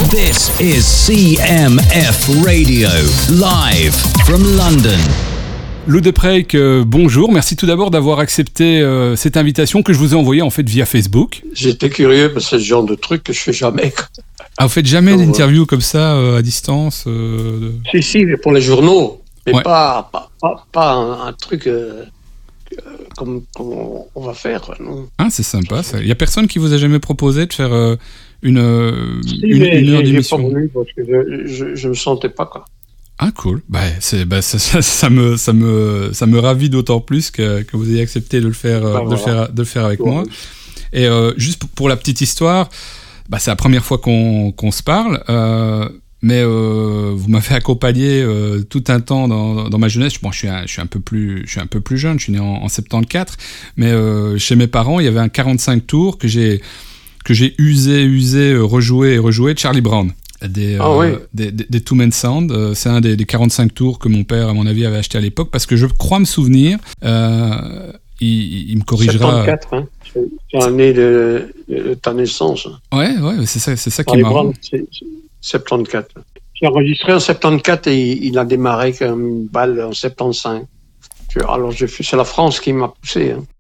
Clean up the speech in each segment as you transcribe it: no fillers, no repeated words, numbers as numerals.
This is CMF Radio, live from London. Lou Depreyck, bonjour. Merci tout d'abord d'avoir accepté cette invitation que je vous ai envoyée en fait via Facebook. J'étais curieux parce que c'est le genre de truc que je fais jamais. Ah, vous faites jamais d'interviews comme ça à distance Si, mais pour les journaux, mais ouais. pas un truc comme on va faire, quoi, non. Ah, c'est sympa ça. Il y a personne qui vous a jamais proposé de faire une heure d'émission? Pas voulu parce que je me sentais pas, quoi. Ah, cool. Ça me ravit d'autant plus que vous ayez accepté de le faire, de le faire avec moi. Et juste pour la petite histoire, c'est la première fois qu'on se parle, mais vous m'avez accompagné tout un temps dans ma jeunesse. Bon, je suis un peu plus jeune. Je suis né en 74, mais chez mes parents, il y avait un 45 tours que j'ai usé, rejoué de Charlie Brown. Des Two Men Sound, c'est un des 45 tours que mon père, à mon avis, avait acheté à l'époque, parce que je crois me souvenir, il me corrigera. 74, hein. C'est l'année de ta naissance. Ouais, c'est ça qui est marrant. C'est 74. J'ai enregistré en 74 et il a démarré comme une balle en 75. Alors c'est la France qui m'a poussé, hein.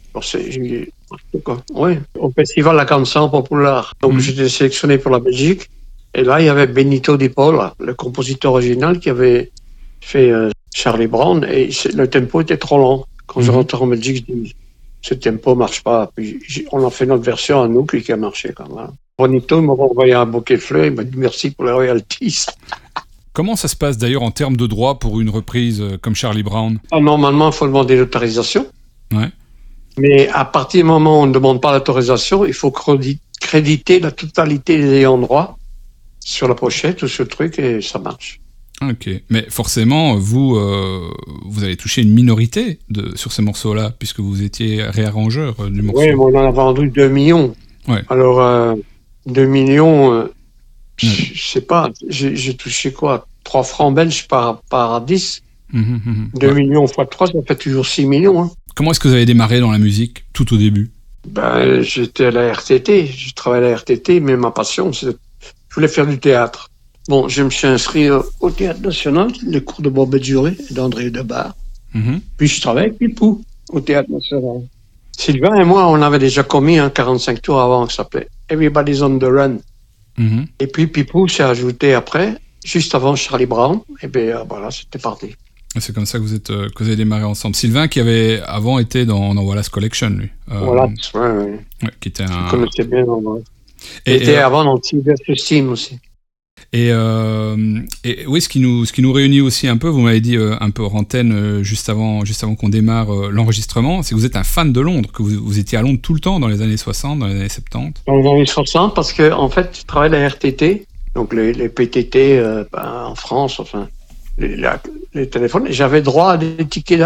Au festival La Canção Populaire. Donc j'étais sélectionné pour la Belgique. Et là, il y avait Benito Di Paula, le compositeur original qui avait fait Charlie Brown. Et le tempo était trop lent. Quand je rentre en Belgique, je dis, ce tempo marche pas. Puis on a fait notre version à nous, puis qui a marché quand même. Benito m'a envoyé un bouquet de fleurs, il m'a dit merci pour les royalties. Comment ça se passe d'ailleurs en termes de droit pour une reprise comme Charlie Brown? Normalement, il faut demander l'autorisation. Ouais. Mais à partir du moment où on ne demande pas l'autorisation, il faut créditer la totalité des ayants droit sur la pochette ou sur le truc, et ça marche. Ok, mais forcément, vous avez touché une minorité sur ces morceaux-là, puisque vous étiez réarrangeur du morceau. Oui, mais on en a vendu 2 millions. Ouais. Alors, 2 millions, je sais pas, j'ai touché quoi, 3 francs belges par 10. 2 millions fois 3, ça fait toujours 6 millions. Hein. Comment est-ce que vous avez démarré dans la musique, tout au début? J'étais à la RTT, je travaillais à la RTT, mais ma passion, je voulais faire du théâtre. Bon, je me suis inscrit au Théâtre National, les cours de Bob Djuré et d'André Debar. Puis je travaillais avec Pipou au Théâtre National. Sylvain et moi, on avait déjà commis un 45 tours avant qui s'appelait Everybody's on the Run. Et puis Pipou s'est ajouté après, juste avant Charlie Brown. Et bien voilà, c'était parti. C'est comme ça que vous avez démarré ensemble. Sylvain qui avait avant été dans Wallace Collection, lui. Wallace, ouais. Ouais, qui était un... Je connaissais bien. Il était avant dans Sylvester Steam aussi. Et oui, ce qui nous réunit aussi un peu, vous m'avez dit un peu hors antenne juste avant qu'on démarre l'enregistrement, c'est que vous êtes un fan de Londres, que vous étiez à Londres tout le temps dans les années 60, dans les années 70. Dans les années 60, parce que en fait, je travaillais à la RTT, donc les PTT en France, enfin les téléphones, et j'avais droit à des tickets.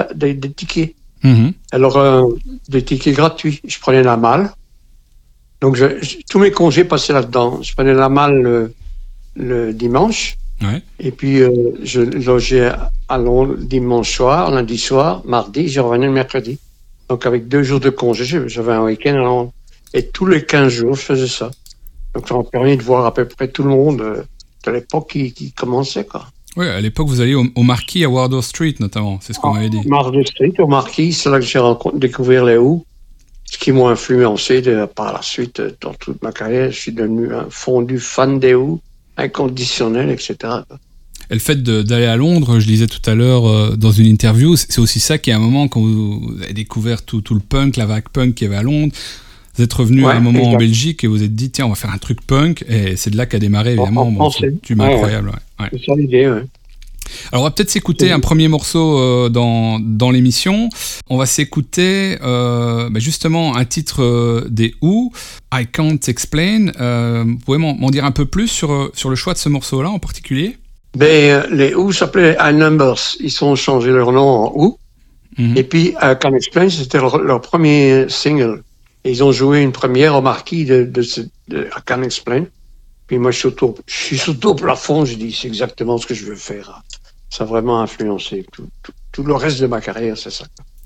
Alors des tickets gratuits. Je prenais la malle. Donc tous mes congés passaient là-dedans. Je prenais la malle le dimanche, et puis je logeais à Londres dimanche soir, lundi soir, mardi, je revenais le mercredi. Donc avec 2 jours de congé, j'avais un week-end à Londres. Et tous les 15 jours, je faisais ça. Donc ça m'a permis de voir à peu près tout le monde de l'époque qui commençait, quoi. Oui, à l'époque, vous alliez au Marquis à Wardour Street, notamment, c'est ce qu'on m'avait dit. Wardour Street, au Marquis, c'est là que j'ai découvert les Who, ce qui m'a influencé par la suite dans toute ma carrière. Je suis devenu un fondu fan des Who, inconditionnel, etc. Et le fait d'aller à Londres, je disais tout à l'heure dans une interview, c'est aussi ça qui, à un moment, quand vous avez découvert tout le punk, la vague punk qu'il y avait à Londres, vous êtes revenu à un moment en Belgique et vous vous êtes dit, tiens, on va faire un truc punk, et c'est de là qu'a démarré, évidemment. Tu m'as incroyable. Ouais. C'est ça l'idée, ouais. Alors, on va peut-être s'écouter un premier morceau dans l'émission. On va s'écouter justement un titre des Who, I Can't Explain. Vous pouvez m'en dire un peu plus sur le choix de ce morceau-là en particulier? Les Who s'appelaient I Numbers. Ils ont changé leur nom en Who. Et puis, I Can't Explain, c'était leur premier single. Et ils ont joué une première au Marquis de I Can't Explain. Puis moi, je suis sauté au plafond, j'ai dit, c'est exactement ce que je veux faire. Ça a vraiment influencé tout le reste de ma carrière, c'est ça.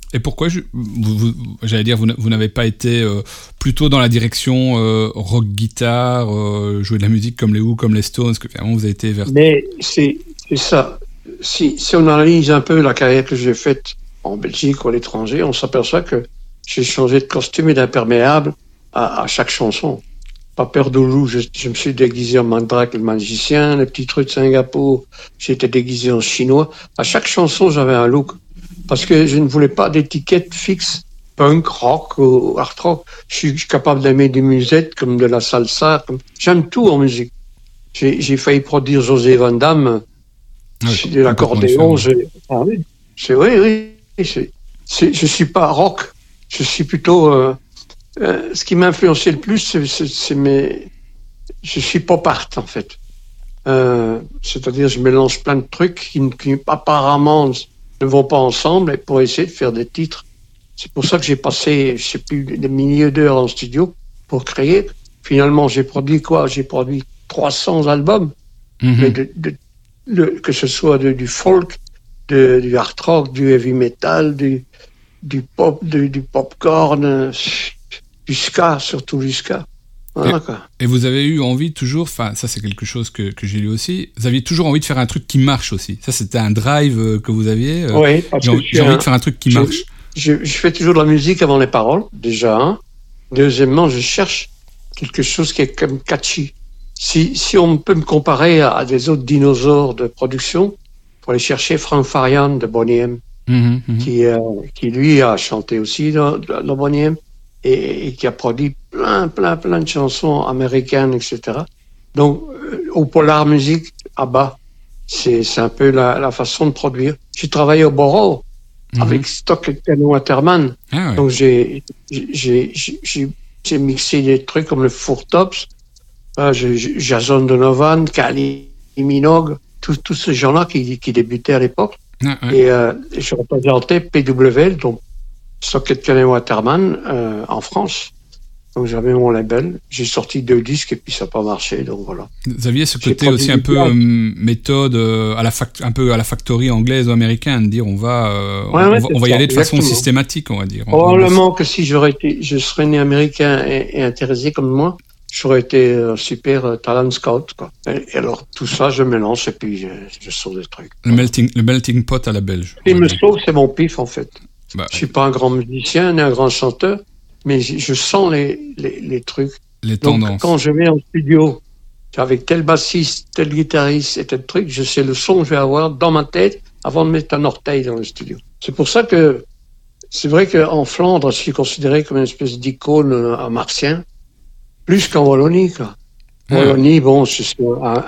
Et pourquoi, j'allais dire, vous n'avez pas été plutôt dans la direction rock guitare, jouer de la musique comme les Who, comme les Stones, que finalement vous avez été vers... Mais c'est ça. Si on analyse un peu la carrière que j'ai faite en Belgique ou à l'étranger, on s'aperçoit que j'ai changé de costume et d'imperméable à chaque chanson. Pas peur de loup, je me suis déguisé en Mandrake le magicien, les petits trucs de Singapour, j'étais déguisé en chinois. À chaque chanson, j'avais un look. Parce que je ne voulais pas d'étiquette fixe, punk, rock ou art rock. Je suis capable d'aimer des musettes comme de la salsa. J'aime tout en musique. J'ai failli produire José Van Damme, de l'accordéon. Oui. Je suis pas rock. Je suis plutôt... ce qui m'a influencé le plus, je suis pop art, en fait. C'est-à-dire, je mélange plein de trucs qui apparemment ne vont pas ensemble, et pour essayer de faire des titres. C'est pour ça que j'ai passé, je sais plus, des milliers d'heures en studio pour créer. Finalement, j'ai produit quoi? J'ai produit 300 albums, mais que ce soit du folk, du hard rock, du heavy metal, du pop, du popcorn, du ska, surtout du ska. Voilà, et vous avez eu envie toujours, enfin ça c'est quelque chose que j'ai lu aussi, vous aviez toujours envie de faire un truc qui marche aussi. Ça c'était un drive que vous aviez. Oui, parce que j'ai envie de faire un truc qui marche. Je fais toujours de la musique avant les paroles, déjà. Hein. Deuxièmement, je cherche quelque chose qui est comme catchy. Si on peut me comparer à des autres dinosaures de production, faut aller chercher Frank Farian de Boney M, qui lui a chanté aussi dans Boney M. Et qui a produit plein de chansons américaines, etc. Donc, au Polar Music, ABBA, c'est un peu la façon de produire. J'ai travaillé au Borough avec Stock et Ken Waterman. Ah ouais. Donc, j'ai mixé des trucs comme le Four Tops, Jason Donovan, Kylie Minogue, tous ces gens-là qui débutaient à l'époque. Ah ouais. Et je représentais PWL, donc Stock et Ken Waterman en France. Donc j'avais mon label, j'ai sorti 2 disques et puis ça n'a pas marché, donc voilà. Vous aviez ce côté aussi un peu méthode un peu à la factory anglaise ou américaine, de dire on va y aller de façon systématique, on va dire. Probablement que si je serais né américain et intéressé comme moi, j'aurais été super talent scout, quoi. Et alors tout ça, je mélange et puis je sors des trucs. Le melting pot à la belge. Ce qui me sauve, c'est mon pif en fait. Je suis pas un grand musicien ni un grand chanteur, mais je sens les trucs. Les tendances. Donc, quand je vais en studio avec tel bassiste, tel guitariste et tel truc, je sais le son que je vais avoir dans ma tête avant de mettre un orteil dans le studio. C'est pour ça que c'est vrai qu'en Flandre, je suis considéré comme une espèce d'icône martien, plus qu'en Wallonie, quoi. Wallonie, bon, je suis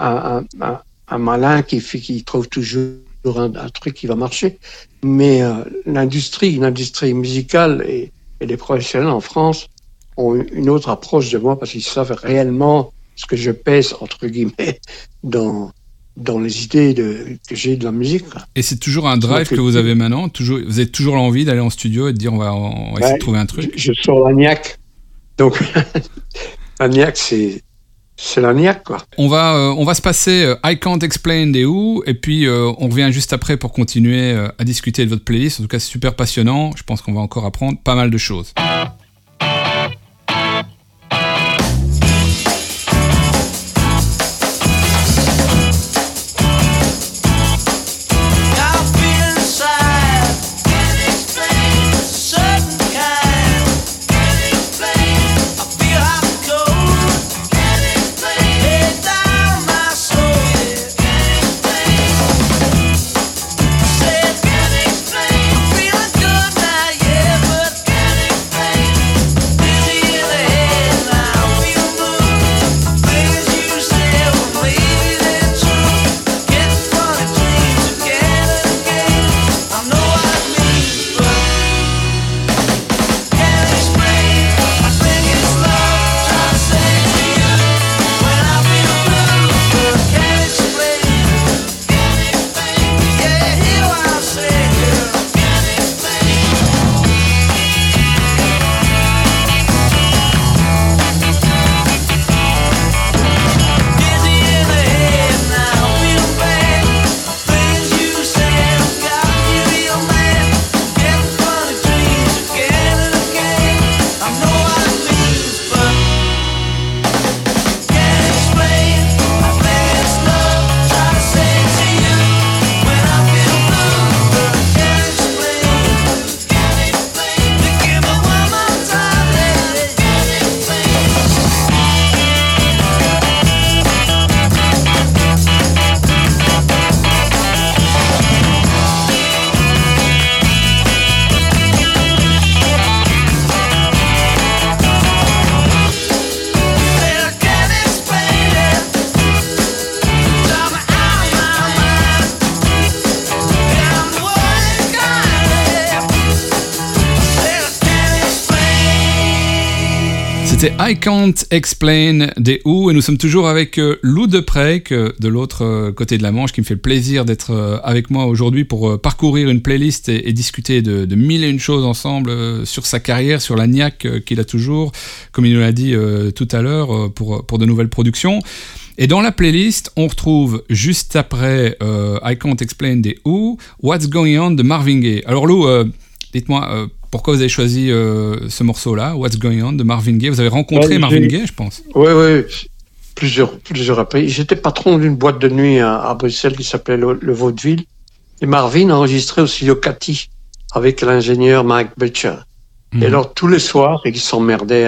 un malin qui trouve toujours un truc qui va marcher, mais l'industrie musicale et les professionnels en France ont une autre approche de moi parce qu'ils savent réellement ce que je pèse, entre guillemets, dans les idées que j'ai de la musique. Et c'est toujours un drive que vous avez maintenant, vous avez toujours l'envie d'aller en studio et de dire on va essayer de trouver un truc. Je sors la niaque. Donc la niaque, c'est la niaque, quoi. On va se passer I Can't Explain des Who, et puis on revient juste après pour continuer à discuter de votre playlist. En tout cas, c'est super passionnant. Je pense qu'on va encore apprendre pas mal de choses. Feeling good now, yeah, but C'était I Can't Explain des Who et nous sommes toujours avec Lou Deprez de l'autre côté de la Manche qui me fait le plaisir d'être avec moi aujourd'hui pour parcourir une playlist et discuter de mille et une choses ensemble sur sa carrière, sur la niaque qu'il a toujours, comme il nous l'a dit tout à l'heure, pour de nouvelles productions. Et dans la playlist, on retrouve juste après I Can't Explain des Who, What's Going On de Marvin Gaye. Alors Lou, dites-moi... pourquoi vous avez choisi ce morceau-là, What's Going On, de Marvin Gaye? Vous avez rencontré Marvin Gaye, je pense. Oui, plusieurs reprises. J'étais patron d'une boîte de nuit à Bruxelles qui s'appelait le Vaudeville. Et Marvin enregistrait au studio Cathy avec l'ingénieur Mike Butcher. Et alors, tous les soirs, et il s'emmerdait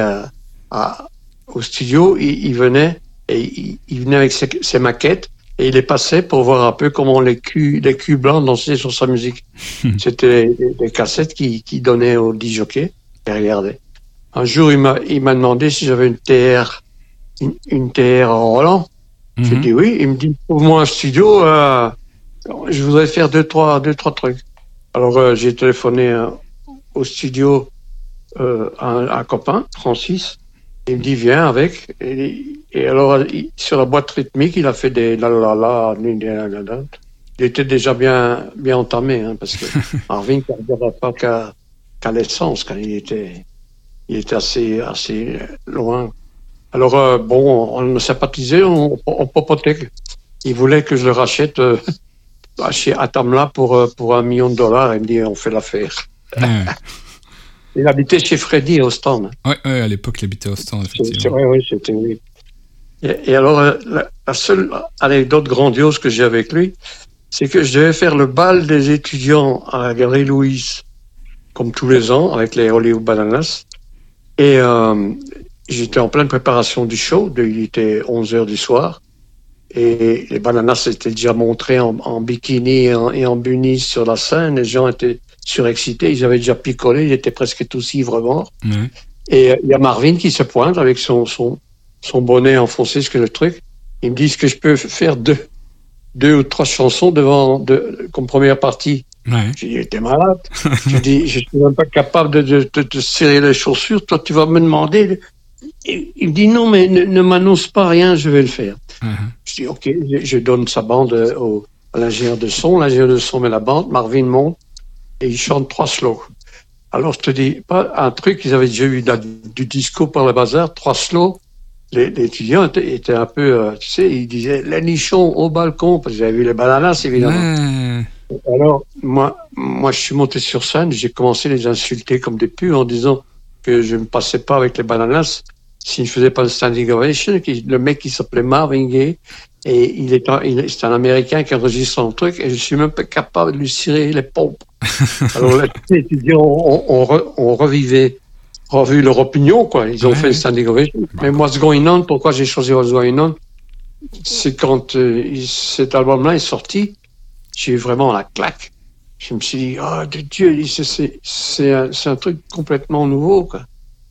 au studio, il venait avec ses maquettes. Et il les passait pour voir un peu comment les culs blancs dansaient sur sa musique. C'était des cassettes qu'il donnait aux disjockeys et regardait. Un jour, il m'a demandé si j'avais une TR en Roland. J'ai dit oui. Il me dit, trouve-moi un studio, je voudrais faire deux, trois trucs. Alors, j'ai téléphoné au studio un copain, Francis. Il me dit, viens avec. Et alors, sur la boîte rythmique, il a fait des la. Il était déjà bien entamé, hein, parce que Marvin ne regardait pas qu'à l'essence, quand il était assez loin. Alors, on sympathisait, on popotait. Il voulait que je le rachète chez Atamla pour $1 million. Il me dit, on fait l'affaire. Ouais. Il habitait chez Freddy à Ostende. Oui, à l'époque, il habitait à Ostende, effectivement. Oui, c'était lui. Et alors, la seule anecdote grandiose que j'ai avec lui, c'est que je devais faire le bal des étudiants à la Galerie Louise, comme tous les ans, avec les Hollywood Bananas. Et j'étais en pleine préparation du show, il était 11h du soir. Et les Bananas étaient déjà montrés en bikini et en bunny sur la scène. Les gens étaient surexcités, ils avaient déjà picolé, ils étaient presque tous ivres morts. Et il y a Marvin qui se pointe avec son bonnet enfoncé sur le truc. Ils me disent que je peux faire deux ou trois chansons comme première partie. Ouais. J'ai dit, t'es malade. J'ai dit, je suis même pas capable de serrer les chaussures. Toi, tu vas me demander. Et il me dit, non, mais ne m'annonce pas rien, je vais le faire. Je dis, ok, je donne sa bande à l'ingénieur de son. L'ingénieur de son met la bande. Marvin monte et il chante 3 slows. Alors, je te dis, pas un truc, ils avaient déjà eu du disco par le bazar, 3 slows. Les étudiants étaient un peu, tu sais, ils disaient les nichons au balcon, parce que j'avais vu les Bananas, évidemment. Alors, moi, je suis monté sur scène, j'ai commencé à les insulter comme des purs en disant que je ne passais pas avec les Bananas s'ils ne faisaient pas le standing ovation. Le mec qui s'appelait Marvin Gaye, et c'est un Américain qui enregistre son truc, et je suis même pas capable de lui cirer les pompes. Alors, les étudiants ont revu leur opinion, quoi. Ils ont fait le standing ovation. Mais What's Going On, pourquoi j'ai choisi What's Going On? C'est quand cet album-là est sorti, j'ai eu vraiment la claque. Je me suis dit, oh, de Dieu, c'est un truc complètement nouveau, quoi.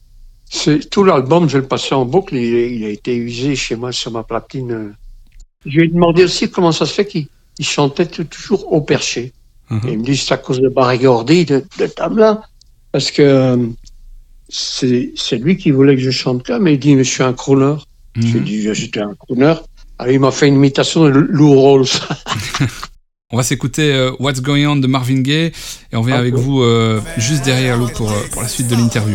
Tout l'album, je le passais en boucle, il a été usé chez moi sur ma platine. Je lui ai demandé aussi comment ça se fait qu'il chantait toujours au perché. Et il me dit, c'est à cause de Barry Gordy, de Tamla, parce que c'est lui qui voulait que je chante là, mais il dit, mais je suis un crooner. Je lui ai dit, j'étais un crooner. Alors il m'a fait une imitation de Lou Rawls. On va s'écouter What's Going On de Marvin Gaye et on vient avec vous juste derrière Lou pour la suite de l'interview.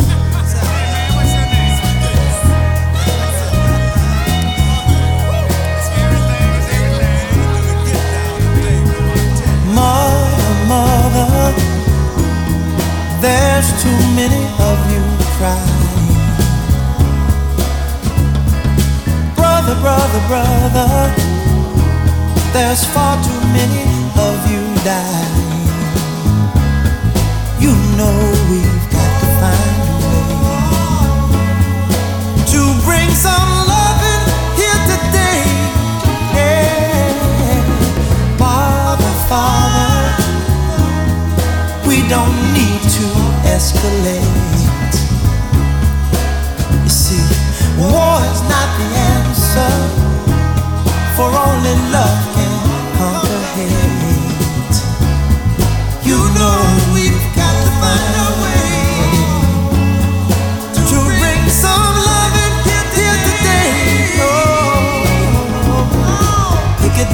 Mother, there's too many of you crying. Brother, there's far too many of you dying. You know we've got to find a way to bring some loving here today. Yeah. Father, we don't need to escalate. You see, war is not the answer, for only love can conquer hate. You know we've got to find a way to bring some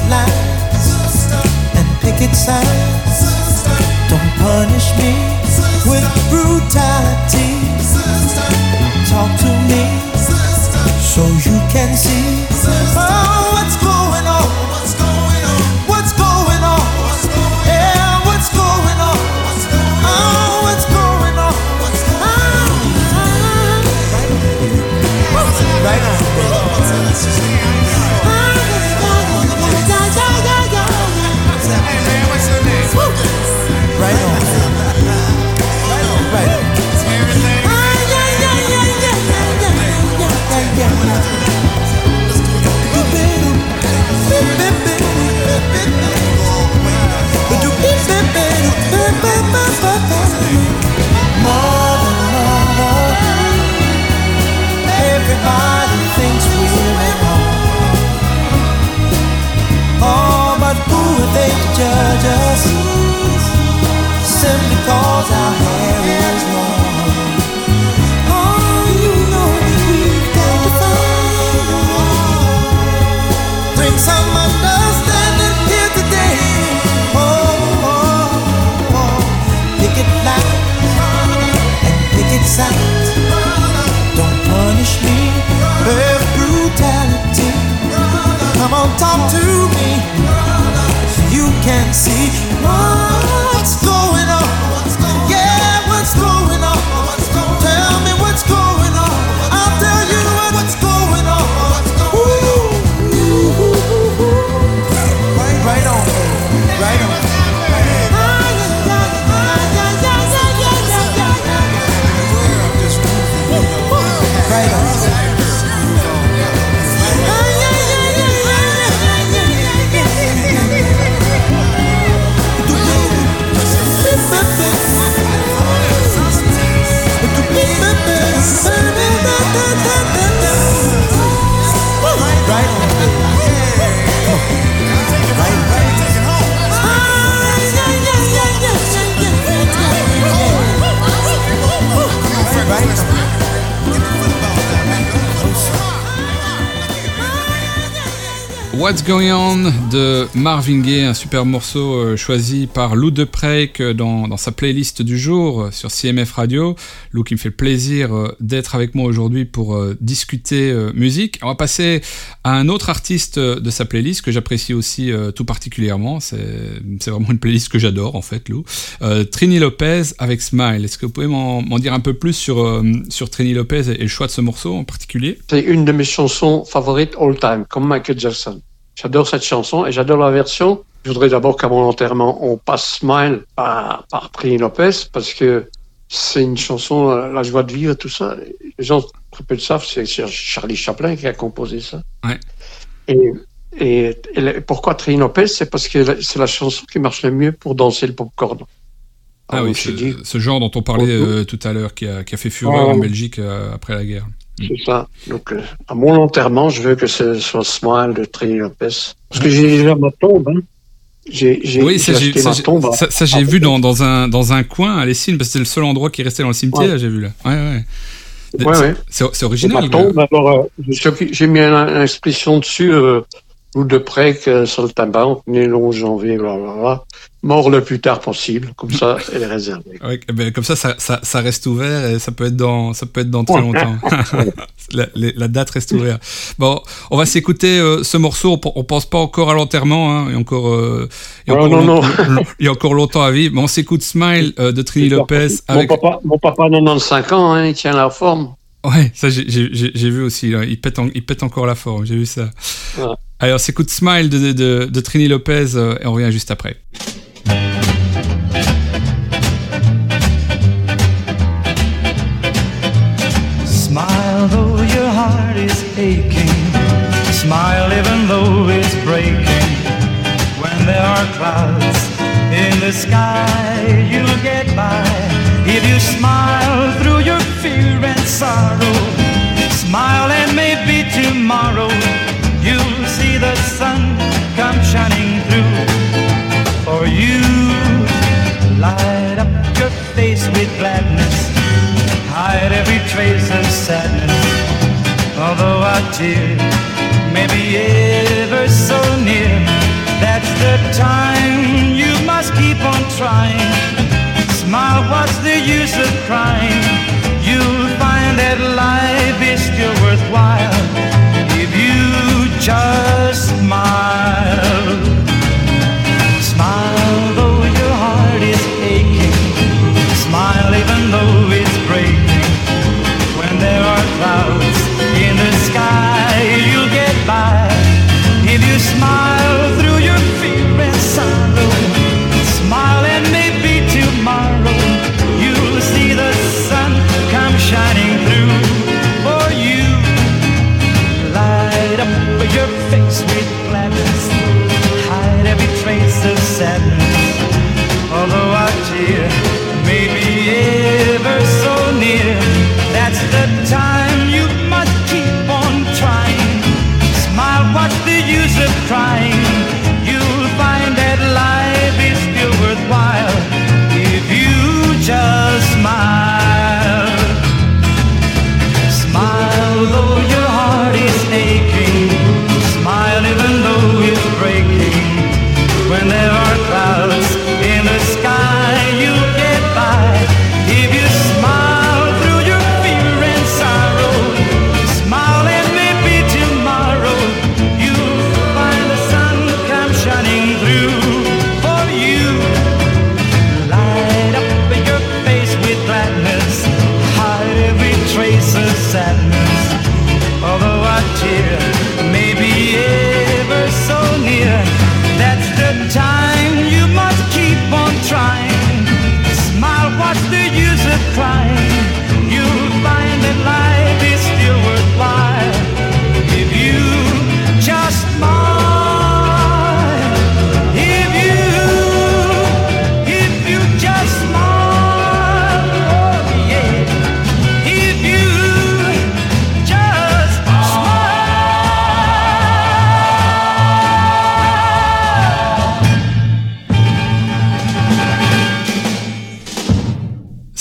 lines and picket signs. Don't punish me with brutality. Talk to me so you can see what's going on. What's going on? Yeah, what's going on? Oh, what's going on? Right on. Right on. Right on. Everybody thinks we're at home. Oh, but who are they to judge us? Simply cause our hair is long. Oh, you know we've got to find a way. Bring some understanding here today. Picket lines and picket signs. Don't punish me with brutality. Come on, talk to me so you can see what's going on. Yeah, what's going on? Tell me what's going on. I'll tell you what's going on. Ooh. Right on, right on. Right on. What's Going On de Marvin Gaye, un super morceau choisi par Lou Depreyck dans sa playlist du jour sur CMF Radio. Lou qui me fait le plaisir d'être avec moi aujourd'hui pour discuter musique. On va passer à un autre artiste de sa playlist que j'apprécie aussi tout particulièrement. C'est vraiment une playlist que j'adore en fait, Lou. Trini Lopez avec Smile. Est-ce que vous pouvez m'en dire un peu plus sur Trini Lopez et le choix de ce morceau en particulier? C'est une de mes chansons favorites all time, comme Michael Jackson. J'adore cette chanson et j'adore la version. Je voudrais d'abord qu'à mon enterrement, on passe Smile par Trini Lopez parce que c'est une chanson, la joie de vivre, tout ça. Les gens très peu le savent, c'est Charlie Chaplin qui a composé ça. Ouais. Et pourquoi Trini Lopez? C'est parce que c'est la chanson qui marche le mieux pour danser le popcorn. Ah oui, ce genre dont on parlait tout à l'heure, qui a fait fureur en Belgique après la guerre. C'est ça. Donc, à mon enterrement, je veux que ce soit Smile de Trini Lopez. Parce que j'ai déjà ma tombe. Hein. J'ai ma tombe. Ça j'ai vu dans un coin à Lessines, parce que c'est le seul endroit qui restait dans le cimetière, j'ai vu là. Ouais. C'est original. Ma tombe, alors, j'ai mis une inscription dessus, Lou Depreyck, sur le tabac, né le 11 janvier, blablabla. Mort le plus tard possible, comme ça, elle est réservée. Ouais, ben comme ça reste ouvert et ça peut être dans très longtemps. La date reste ouverte. Bon, on va s'écouter ce morceau. On pense pas encore à l'enterrement, hein. Il y a encore longtemps à vivre. Mais on s'écoute Smile de Trini Lopez. Mon papa 95 ans, hein, il tient la forme. Ouais, ça j'ai vu aussi. Là. Il pète encore la forme. J'ai vu ça. Ouais. Alors, on s'écoute Smile de Trini Lopez et on revient juste après. Smile though your heart is aching. Smile even though it's breaking. When there are clouds in the sky, you'll get by. If you smile through your fear and sorrow, smile and maybe tomorrow you'll see the sun come shining through. For you, light up your face with gladness, hide every trace of sadness. Although our tear may be ever so near,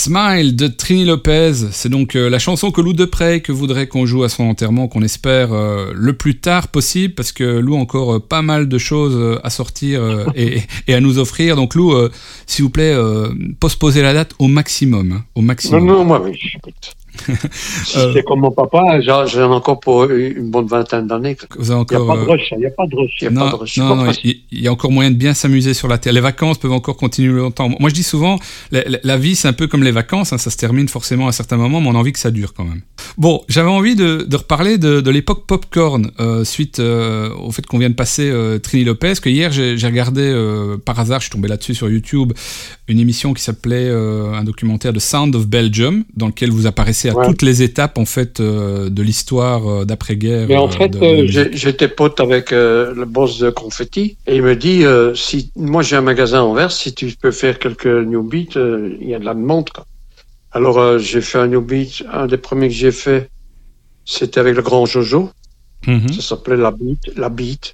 Smile de Trini Lopez, c'est donc la chanson que Lou Deprey voudrait qu'on joue à son enterrement, qu'on espère le plus tard possible, parce que Lou a encore pas mal de choses à sortir et à nous offrir. Donc Lou, s'il vous plaît, postposez la date au maximum. Au maximum. Non, moi, oui, j'écoute. Si c'était comme mon papa, j'en ai encore pour une bonne vingtaine d'années. Vous avez encore, il n'y a pas de rush. Non, il y a encore moyen de bien s'amuser sur la Terre. Les vacances peuvent encore continuer longtemps. Moi, je dis souvent, la vie, c'est un peu comme les vacances, hein, ça se termine forcément à un certain moment, mais on a envie que ça dure quand même. Bon, j'avais envie de reparler de l'époque Popcorn, suite au fait qu'on vient de passer Trini Lopez, que hier, j'ai regardé, par hasard, je suis tombé là-dessus sur YouTube, une émission qui s'appelait un documentaire de Sound of Belgium, dans lequel vous apparaissez à toutes les étapes en fait de l'histoire d'après-guerre. Mais en fait, j'étais pote avec le boss de Confetti et il me dit si moi j'ai un magasin à Anvers, si tu peux faire quelques new beats, il y a de la demande. Quoi. Alors j'ai fait un new beat, un des premiers que j'ai fait, c'était avec le grand Jojo. Mm-hmm. Ça s'appelait La Beat,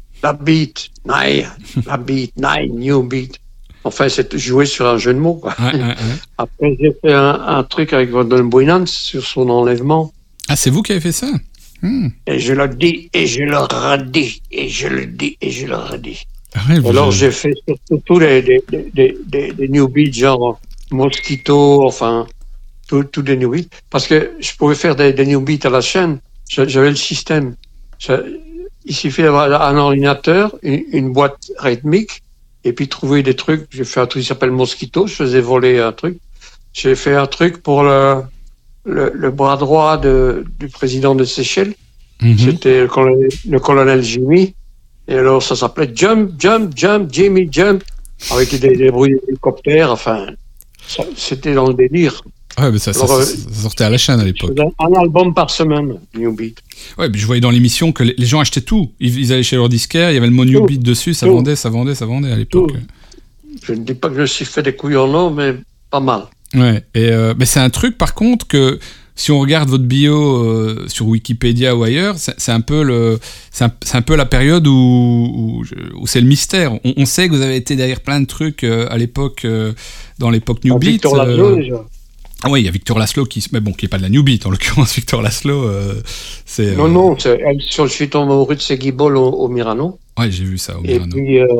New Beat. Enfin, c'est joué sur un jeu de mots, quoi. Ouais. Après, j'ai fait un truc avec Vondel Boynans sur son enlèvement. Ah, c'est vous qui avez fait ça? Et je le dis, et je le redis, et je le dis, et je le redis. Ah ouais, alors, j'ai fait surtout des new beats, genre Mosquito, enfin, tous des new beats. Parce que je pouvais faire des new beats à la chaîne. J'avais le système. Il suffit d'avoir un ordinateur, une boîte rythmique, et puis trouver des trucs. J'ai fait un truc qui s'appelle Mosquito, je faisais voler un truc. J'ai fait un truc pour le bras droit du président de Seychelles. Mm-hmm. C'était le colonel Jimmy. Et alors ça s'appelait Jump, Jimmy Jump, avec des bruits d'hélicoptères, enfin, c'était dans le délire. Ouais, mais ça sortait à la chaîne à l'époque. Un album par semaine, New Beat. Ouais, puis je voyais dans l'émission que les gens achetaient tout. Ils allaient chez leur disquaire, il y avait le mot New Beat dessus, ça vendait à l'époque. Je ne dis pas que je me suis fait des couilles en or, mais pas mal. Ouais, mais c'est un truc par contre que si on regarde votre bio sur Wikipédia ou ailleurs, c'est un peu la période où c'est le mystère. On sait que vous avez été derrière plein de trucs à l'époque, dans l'époque New Beat. Victor Laszlo, déjà. Ah oui, il y a Victor Laszlo qui est pas de la New Beat en l'occurrence. Victor Laszlo, c'est. Non, je suis tombé amoureux de Seggy Ball au Mirano. Ouais, j'ai vu ça au Mirano.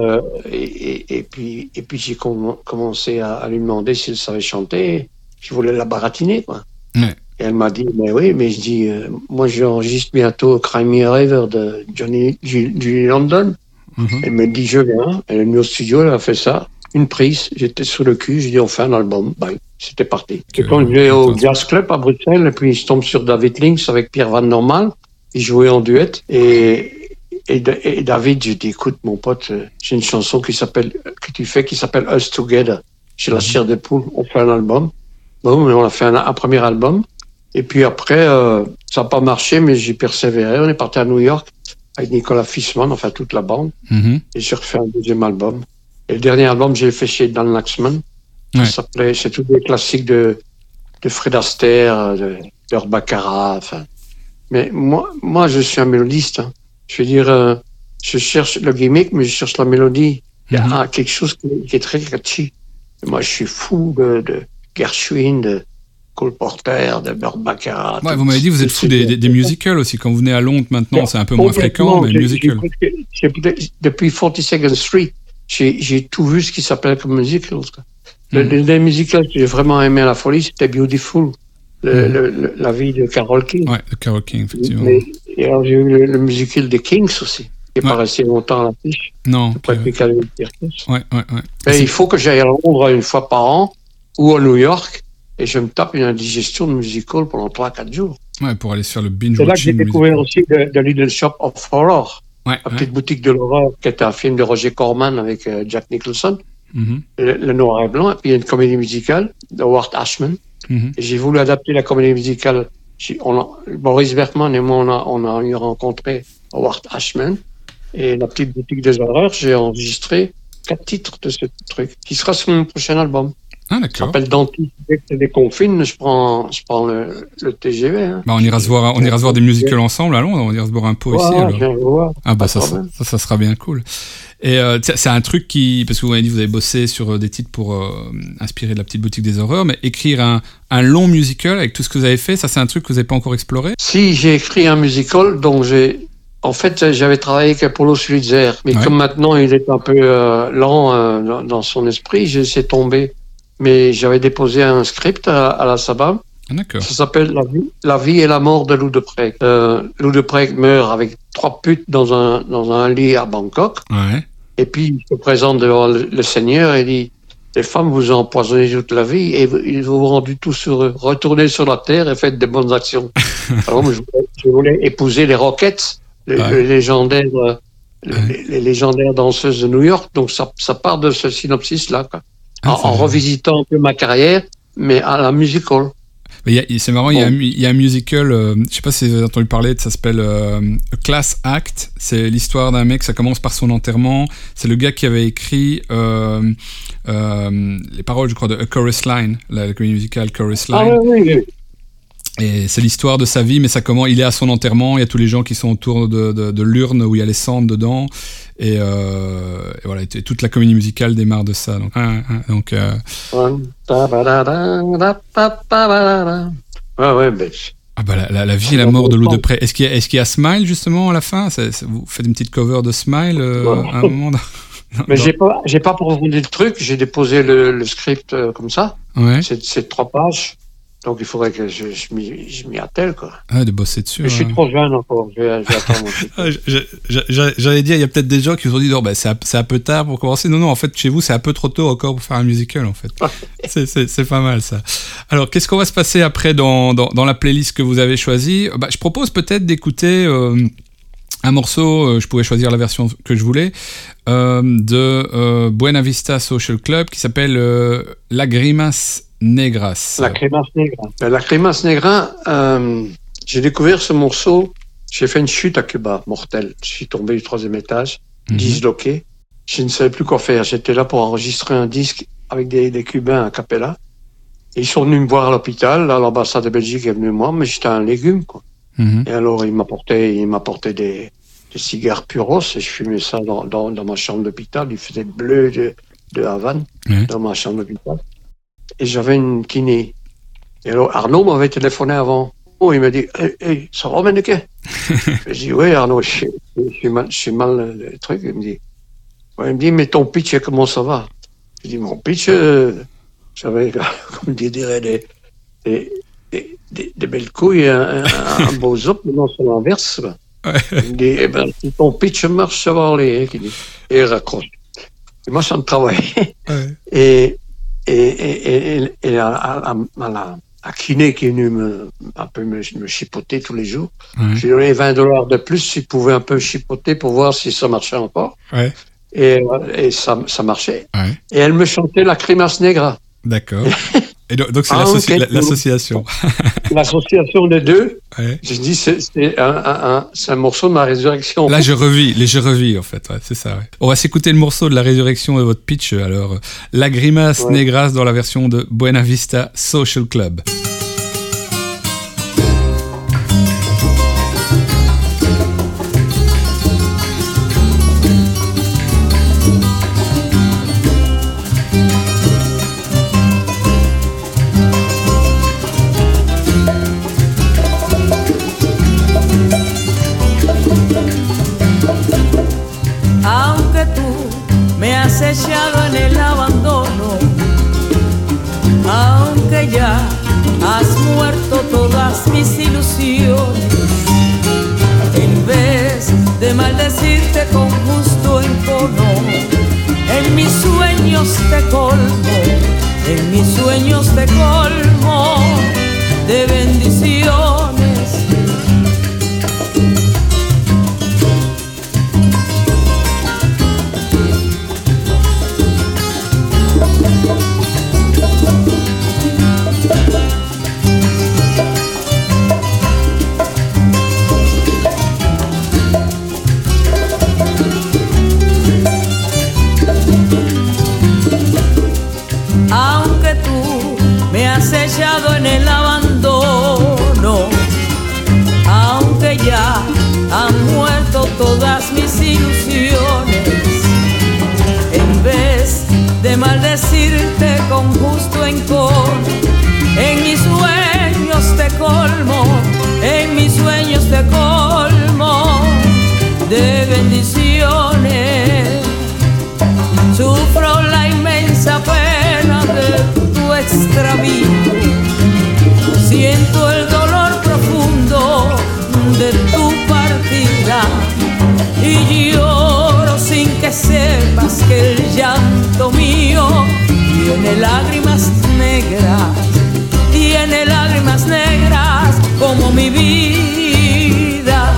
Et puis j'ai commencé à lui demander s'il savait chanter. Je voulais la baratiner, quoi. Ouais. Et elle m'a dit, mais oui, mais je dis, moi j'enregistre bientôt Cry Me a River de Julie London. Mm-hmm. Elle me dit, je viens. Elle est venue au studio, elle a fait ça. Une prise, j'étais sur le cul, j'ai dit, on fait un album. Bye. C'était parti. Et quand je vais au Jazz Club à Bruxelles, et puis je tombe sur David Links avec Pierre Van Normal, ils jouaient en duet, et David, je dis, écoute, mon pote, j'ai une chanson que tu fais qui s'appelle Us Together. J'ai la chair de poule, on fait un album. Bon, on a fait un premier album. Et puis après, ça n'a pas marché, mais j'ai persévéré. On est parti à New York avec Nicolas Fissman, enfin toute la bande. Mm-hmm. Et j'ai refait un deuxième album. Et le dernier album, j'ai fait chez Dan Laxman. Ouais. Ça s'appelait, c'est tous des classiques de Fred Astaire, de Baccarat, enfin. Mais moi, je suis un mélodiste, hein. Je veux dire, je cherche le gimmick, mais je cherche la mélodie. Il y a quelque chose qui est très catchy. Et moi, je suis fou de Gershwin, de Cole Porter, de Burt Baccarat. Ouais, vous m'avez dit que vous êtes fou des musicals aussi. Quand vous venez à Londres maintenant, c'est un peu moins fréquent, mais musical. Depuis 42nd Street, j'ai tout vu ce qui s'appelle comme musicals. Les musicals que j'ai vraiment aimé à la folie, c'était Beautiful, la vie de Carole King. Ouais, de Carole King, effectivement. Et alors j'ai eu le musical des Kings aussi, qui n'est pas resté longtemps à l'affiche. Non. Ouais. Mais il faut que j'aille à Londres une fois par an, ou à New York, et je me tape une indigestion de musical pendant 3-4 jours. Ouais, pour aller se faire le binge-watching. C'est là que j'ai découvert aussi The Little Shop of Horror, la petite boutique de l'horreur, qui était un film de Roger Corman avec Jack Nicholson. Mm-hmm. Le noir et blanc, et puis il y a une comédie musicale de Howard Ashman. Mm-hmm. Et j'ai voulu adapter la comédie musicale. Boris Bergman et moi, on a eu rencontré Howard Ashman. Et la petite boutique des horreurs, j'ai enregistré 4 titres de ce truc, qui sera sur mon prochain album. Ah, Ça d'accord. s'appelle dentiste. Dès que c'est des confines, je prends le TGV. Hein. Bah, on ira se voir des musicals ensemble à Londres, on ira se boire un pot ici, alors. Je viens vous voir. Ah, bah, Pas de ça problème. sera bien cool. Et c'est un truc parce que vous m'avez dit que vous avez bossé sur des titres pour inspirer de la petite boutique des horreurs, mais écrire un long musical avec tout ce que vous avez fait, ça c'est un truc que vous n'avez pas encore exploré? Si, j'ai écrit un musical, donc en fait, j'avais travaillé avec Apollo Switzer, mais Ouais. comme maintenant il est un peu lent dans son esprit, j'ai laissé tomber. Mais j'avais déposé un script à la SABAM. Ah, d'accord. Ça s'appelle La vie et la mort de Lou de Prègue. Lou de Prègue meurt avec 3 putes dans un lit à Bangkok. Ouais. Et puis, il se présente devant le Seigneur et dit, les femmes vous ont empoisonné toute la vie et ils vous ont rendu tous heureux. Retournez sur la terre et faites des bonnes actions. Alors, moi, je voulais épouser les Rockets, les légendaires, les légendaires danseuses de New York. Donc, ça part de ce synopsis-là, quoi. En revisitant un peu ma carrière, mais à la musical. C'est marrant, il y a un musical, je sais pas si vous avez entendu parler, ça s'appelle A Class Act. C'est l'histoire d'un mec, ça commence par son enterrement. C'est le gars qui avait écrit les paroles, je crois, de A Chorus Line, la comédie musicale Chorus Line. Ah oui. Et c'est l'histoire de sa vie, mais ça comment il est à son enterrement, il y a tous les gens qui sont autour de l'urne où il y a les cendres dedans, et voilà, et toute la comédie musicale démarre de ça. Donc, Ouais, ben. ah bah la vie et la mort de Lou de Près. Est-ce qu'il y a Smile justement à la fin? Vous faites une petite cover de Smile à un moment? Mais j'ai pas pourvoulu le truc, j'ai déposé le script comme ça. Ouais. C'est 3 pages. Donc il faudrait que je m'y attelle, quoi. Ah, de bosser dessus. Mais je suis trop jeune encore, je vais attendre un peu. J'allais dire, il y a peut-être des gens qui vous ont dit, non, bah, c'est un peu tard pour commencer. Non, en fait, chez vous, c'est un peu trop tôt encore pour faire un musical, en fait. C'est pas mal, ça. Alors, qu'est-ce qu'on va se passer après dans la playlist que vous avez choisie? Bah, je propose peut-être d'écouter un morceau, je pouvais choisir la version que je voulais, de Buena Vista Social Club, qui s'appelle Lagrimas Negras. Lagrimas Negras. Lagrimas Negras, j'ai découvert ce morceau, j'ai fait une chute à Cuba, mortelle. Je suis tombé du 3e étage, disloqué. Je ne savais plus quoi faire. J'étais là pour enregistrer un disque avec des Cubains à Capella. Et ils sont venus me voir à l'hôpital. Là, l'ambassade de Belgique est venue moi, mais j'étais un légume, quoi. Et alors, il m'apportait des cigares puros et je fumais ça dans ma chambre d'hôpital. Il faisait bleu de Havane dans ma chambre d'hôpital. Et j'avais une kiné. Et alors, Arnaud m'avait téléphoné avant. Oh, il m'a dit, hey, ça va, Ménéquet? Je dis, oui, Arnaud, je suis mal le truc. Il me dit, mais ton pitch, comment ça va? Je dis, mon pitch, j'avais, comme dirait, des belles couilles, un beau zop, mais non, c'est l'inverse. Il me dit, eh ben, si ton pitch marche, ça va aller. Et il raccroche. Et moi, ça me travaillait. Et la kiné qui est venue me chipoter tous les jours, j'ai donné $20 de plus s'il pouvait un peu chipoter pour voir si ça marchait encore. Et ça marchait. Et elle me chantait Lagrimas Negras. D'accord. Et donc c'est l'association. L'association des deux. Je dis c'est un morceau de ma résurrection. Là je revis en fait. C'est ça. On va s'écouter le morceau de la résurrection de votre pitch. Alors Lagrimas Negras dans la version de Buena Vista Social Club. Echado en el abandono, aunque ya has muerto todas mis ilusiones, en vez de maldecirte con justo encono, en mis sueños te colmo, en mis sueños te colmo de bendiciones. Aunque tú más que el llanto mío. Tiene lágrimas negras como mi vida.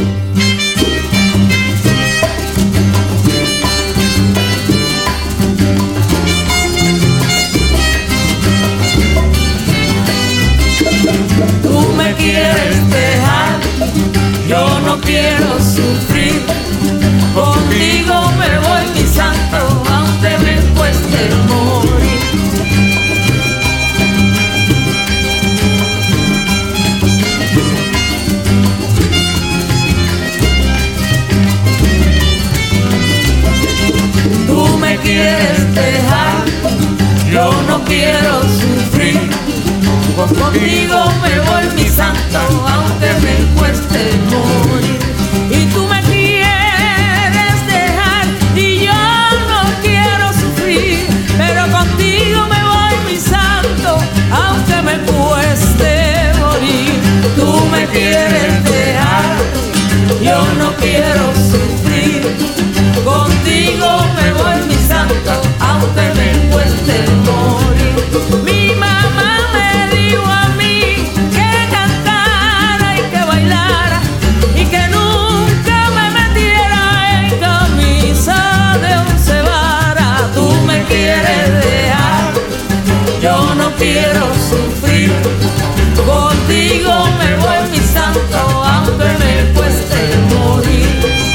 Tú me quieres dejar, yo no quiero sufrir. Contigo me voy, mi santo, aunque me cueste morir. Tú me quieres dejar, yo no quiero sufrir. Contigo me voy, mi santo, aunque me cueste morir. Y tú me quieres dejar y yo no quiero sufrir, pero contigo me voy, mi santo, aunque me cueste morir. Tú me quieres dejar, yo no quiero sufrir. Contigo me voy, mi santo, aunque me cueste morir. Mi mamá me dijo a mí que cantara y que bailara y que nunca me metiera en camisa de once varas. Tú me quieres dejar, yo no quiero sufrir. Contigo me voy, mi santo, aunque me cueste morir.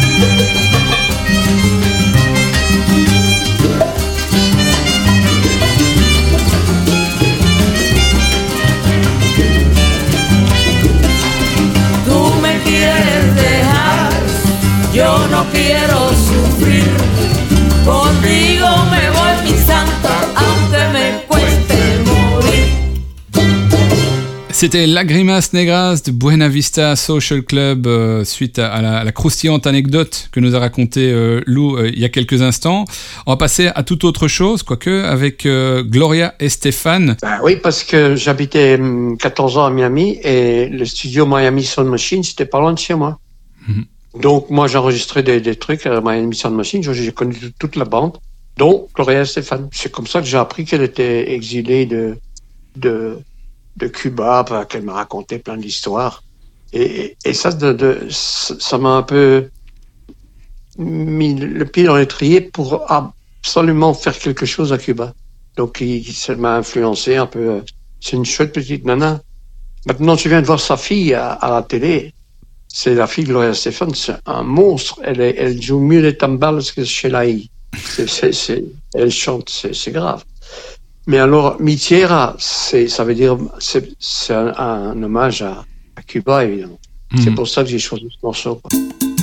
Yo no quiero sufrir, contigo me voy, mi santo, aunque me cueste morir. C'était Lágrimas Negras de Buena Vista Social Club suite à la croustillante anecdote que nous a raconté Lou il y a quelques instants. On va passer à toute autre chose, quoique, avec Gloria Estefan. Ben oui, parce que j'habitais 14 ans à Miami et le studio Miami Sound Machine, c'était pas loin de chez moi. Mm-hmm. Donc, moi, j'enregistrais des trucs à Miami Sound Machine. J'ai connu toute la bande, dont Gloria Estefan. C'est comme ça que j'ai appris qu'elle était exilée de Cuba, qu'elle m'a raconté plein d'histoires. Et ça m'a un peu mis le pied dans l'étrier pour absolument faire quelque chose à Cuba. Donc, ça m'a influencé un peu. C'est une chouette petite nana. Maintenant, je viens de voir sa fille à la télé. C'est la fille de Gloria Estefan, c'est un monstre. Elle joue mieux les timbales que Sheila. Elle chante, c'est grave. Mais alors, Mi Tierra, ça veut dire, c'est un hommage à Cuba, évidemment. Mm-hmm. C'est pour ça que j'ai choisi ce morceau, quoi.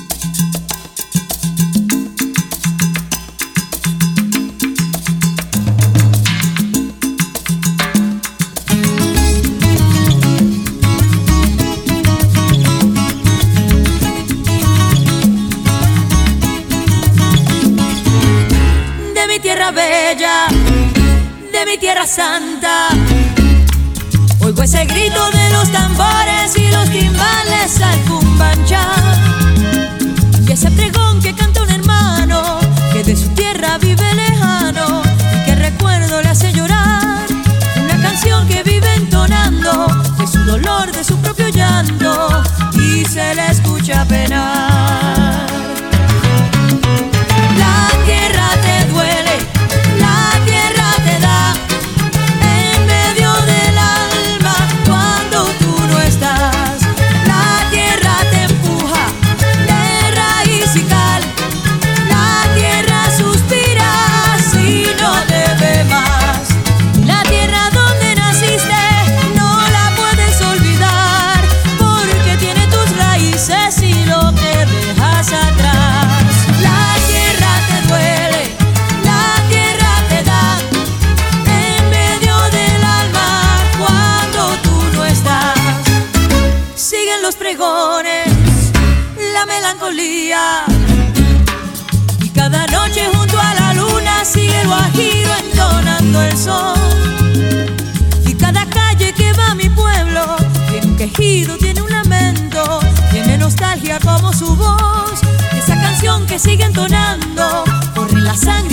Bella, de mi tierra santa, oigo ese grito de los tambores y los timbales al cumbanchá, y ese pregón que canta un hermano que de su tierra vive lejano y que recuerdo le hace llorar, una canción que vive entonando de su dolor, de su propio llanto, y se le escucha penar. La tierra te duele, la tierra te da en medio del alma cuando tú no estás. La tierra te empuja de raíz y cal. La tierra suspira si no te ve más. La tierra donde naciste no la puedes olvidar porque tiene tus raíces y lo que dejas atrás. La tierra te duele, la tierra te da en medio del alma cuando tú no estás. Siguen los pregones, la melancolía, y cada noche junto a la luna sigue el guajiro entonando el son. Y cada calle que va a mi pueblo tiene un quejido, tiene un lamento, tiene nostalgia como su voz. Esa canción que sigue entonando corre en la sangre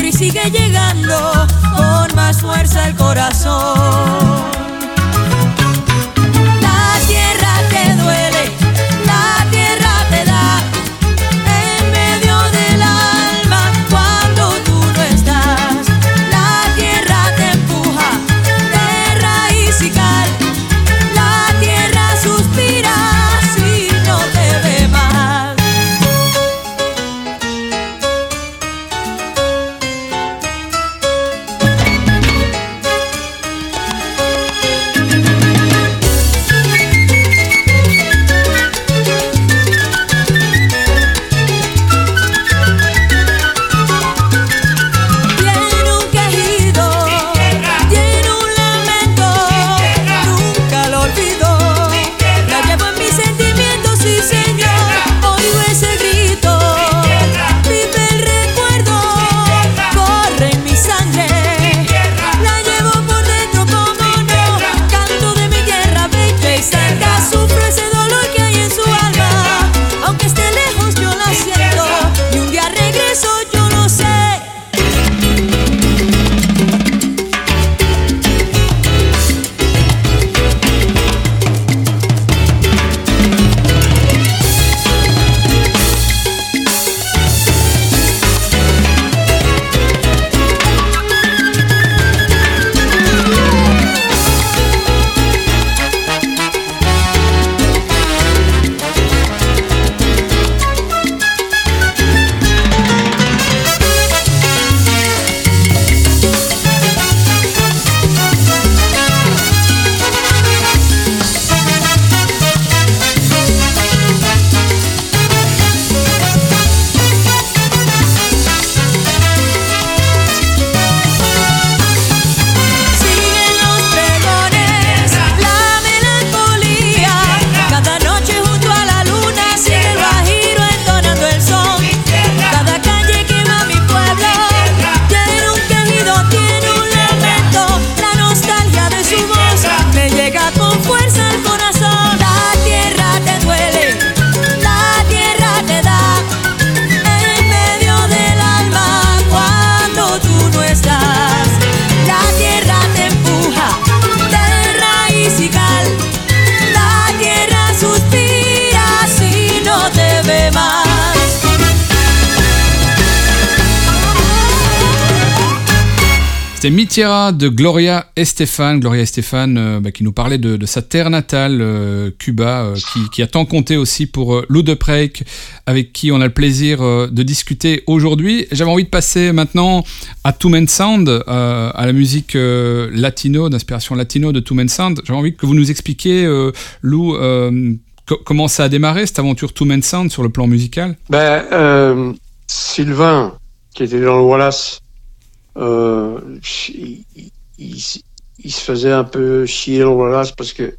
C'était Mi Tierra de Gloria Estefan. Gloria Estefan qui nous parlait de sa terre natale, Cuba, qui a tant compté aussi pour Lou de Preik, avec qui on a le plaisir de discuter aujourd'hui. J'avais envie de passer maintenant à Two Men Sound, à la musique latino, d'inspiration latino de Two Men Sound. J'avais envie que vous nous expliquiez, Lou, comment ça a démarré, cette aventure Two Men Sound sur le plan musical. Sylvain, qui était dans le Wallace, il se faisait un peu chier le Wallace parce que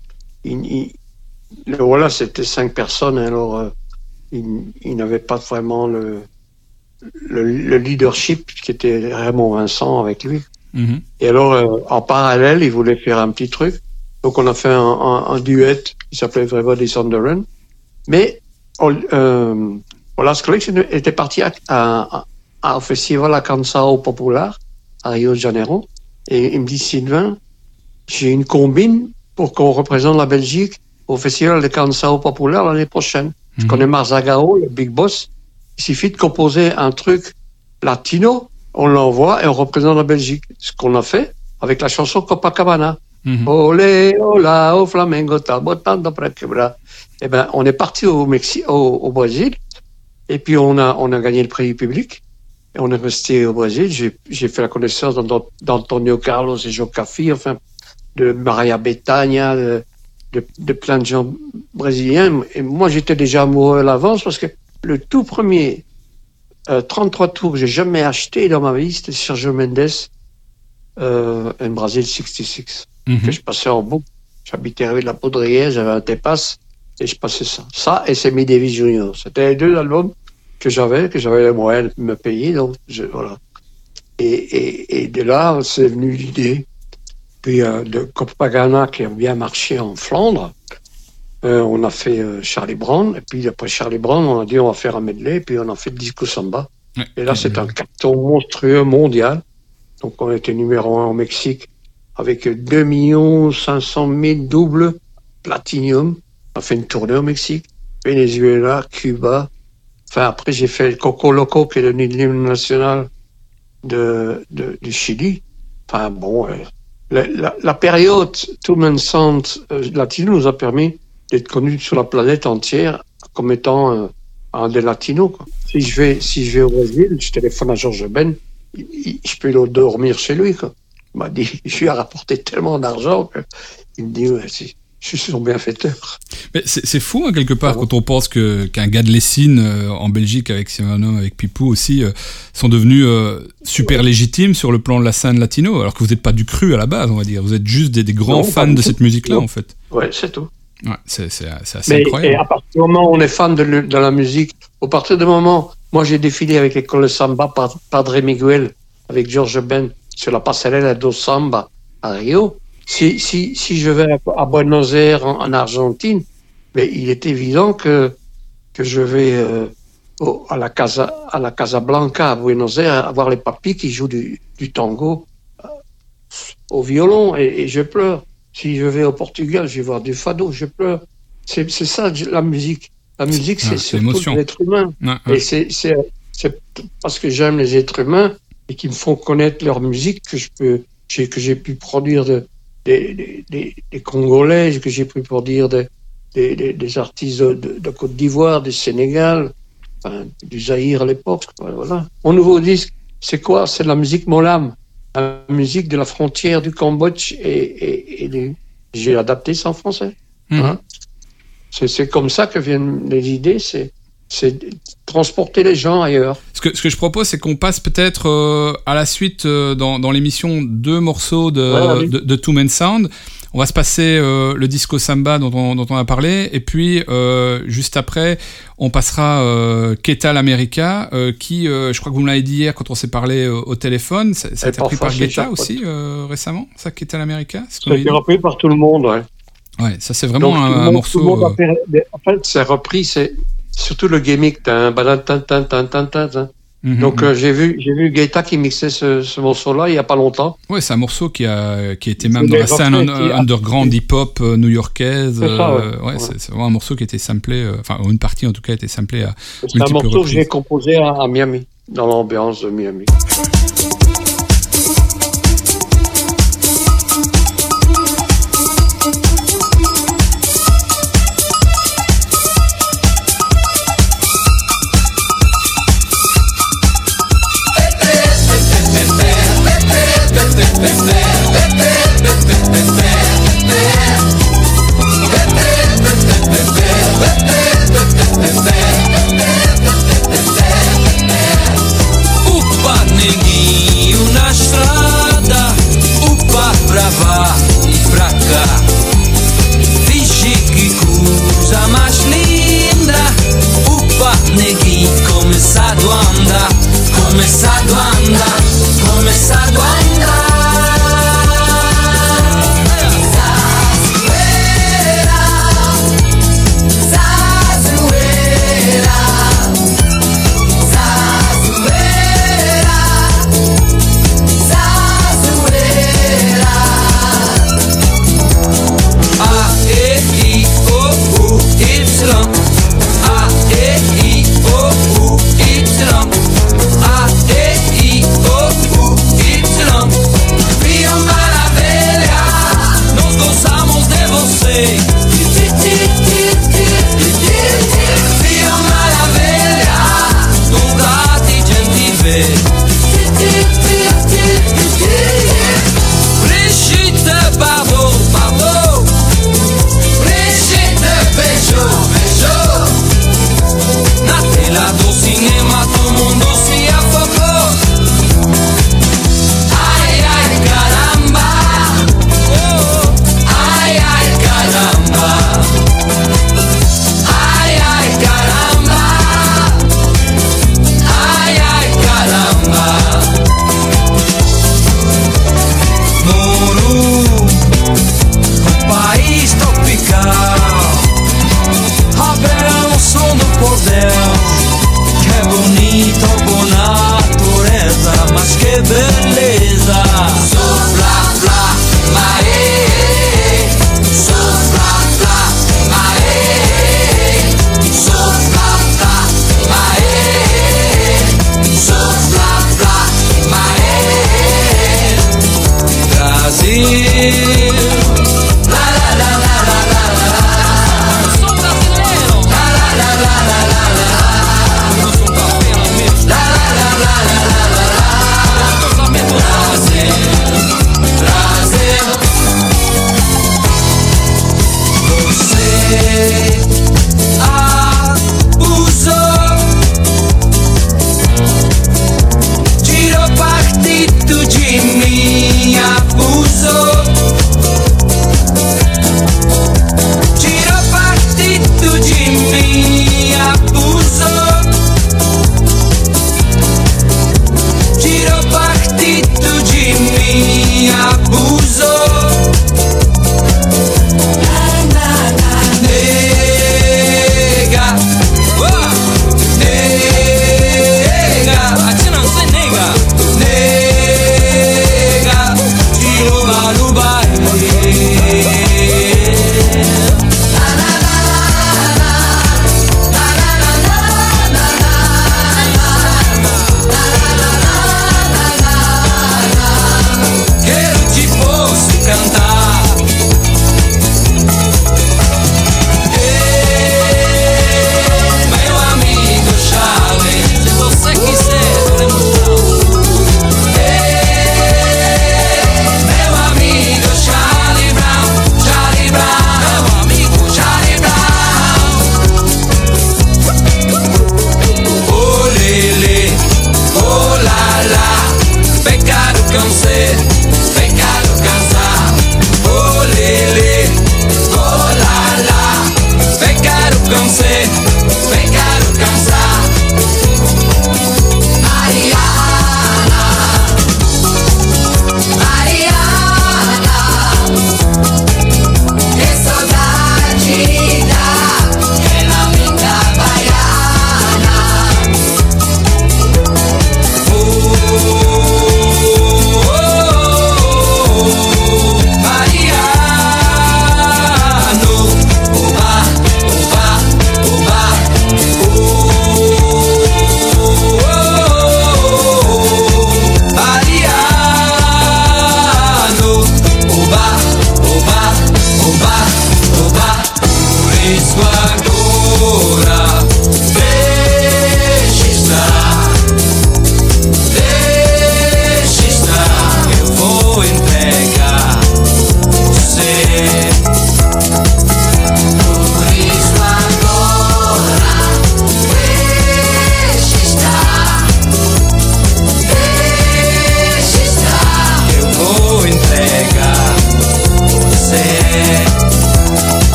le Wallace c'était 5 personnes, alors il n'avait pas vraiment le leadership qui était Raymond Vincent avec lui. Mm-hmm. Et alors en parallèle il voulait faire un petit truc, donc on a fait un duet qui s'appelait Everybody's on the Run, mais Wallace Collection était parti au festival à Canção Popular à Rio de Janeiro, et il me dit: Sylvain, j'ai une combine pour qu'on représente la Belgique au festival de Canção Popular l'année prochaine. Je connais Marzagao, le big boss. Il suffit de composer un truc latino, on l'envoie et on représente la Belgique. Ce qu'on a fait avec la chanson Copacabana. Olé, hola, au Flamengo, tabotando prequebra. Eh ben, on est parti au Brésil, et puis on a gagné le prix du public. Et on est resté au Brésil. J'ai fait la connaissance d'Antonio Carlos et Joe Caffi, enfin, de Maria Bethânia, de plein de gens brésiliens. Et moi, j'étais déjà amoureux à l'avance parce que le tout premier 33 tours que j'ai jamais acheté dans ma vie, c'était Sergio Mendes, en Brazil 66. Que je passais en boucle. J'habitais rue de la Poudrière, j'avais un Tepas, et je passais ça. Ça, et c'est Mi Davis Junior. C'était les 2 albums que j'avais les moyens de me payer, donc voilà. Et de là, c'est venu l'idée. Puis de Copacabana qui a bien marché en Flandre, on a fait Charlie Brown, et puis après Charlie Brown, on a dit on va faire un medley, et puis on a fait Disco Samba. Et là, c'est un carton monstrueux mondial. Donc on était numéro 1 au Mexique, avec 2 500 000 doubles platinum. On a fait une tournée au Mexique, Venezuela, Cuba. Enfin, après, j'ai fait Coco Loco, qui est devenu l'hymne national du Chili. Enfin, bon, la période Two Men Sound latino nous a permis d'être connus sur la planète entière comme étant un des latinos, quoi. Si je vais au Brésil, je téléphone à Georges Ben, je peux le dormir chez lui, quoi. Il m'a dit, je lui ai rapporté tellement d'argent qu'il me dit, ouais, je suis son bienfaiteur. Mais c'est fou, hein, quelque part, quand on pense qu'un gars de Lessine, en Belgique, avec Sylvain, avec Pipou aussi, sont devenus super légitimes sur le plan de la scène latino, alors que vous n'êtes pas du cru à la base, on va dire. Vous êtes juste des grands fans de cette musique-là, en fait. Ouais, c'est tout. Ouais, c'est assez incroyable. Et à partir du moment où on est fan de la musique, au partir du moment, moi j'ai défilé avec l'école de samba Padre Miguel, avec George Ben, sur la passerelle do Samba à Rio. Si je vais à Buenos Aires en Argentine, mais il est évident que je vais à la Casa Blanca à Buenos Aires avoir les papis qui jouent du tango au violon, et je pleure. Si je vais au Portugal, je vais voir du fado, je pleure. C'est ça la musique. La musique, c'est surtout l'être humain. Et c'est parce que j'aime les êtres humains et qui me font connaître leur musique que j'ai pu produire des Congolais, que j'ai pu produire des artistes de Côte d'Ivoire, du Sénégal, enfin, du Zaïre à l'époque. Voilà. Mon nouveau disque, c'est quoi? C'est de la musique Molam, la musique de la frontière du Cambodge et j'ai adapté ça en français. Hein? C'est comme ça que viennent les idées, c'est transporter les gens ailleurs. Ce que je propose, c'est qu'on passe peut-être à la suite dans l'émission 2 morceaux de Two Men Sound. On va se passer le disco samba dont on a parlé, et puis juste après, on passera Quetal America, qui, je crois que vous me l'avez dit hier quand on s'est parlé au téléphone, ça a été repris par Guetta aussi récemment, ça, Quetal America. Ça a été repris par tout le monde, ouais. Ouais, ça c'est vraiment un morceau. En fait, c'est repris, c'est surtout le gimmick. Donc j'ai vu Guetta qui mixait ce morceau-là il y a pas longtemps. Ouais, c'est un morceau qui a été même dans la scène underground hip-hop new-yorkaise. C'est vraiment un morceau qui a été samplé, enfin une partie en tout cas a été samplée à multiples reprises. C'est un morceau que j'ai composé à Miami, dans l'ambiance de Miami.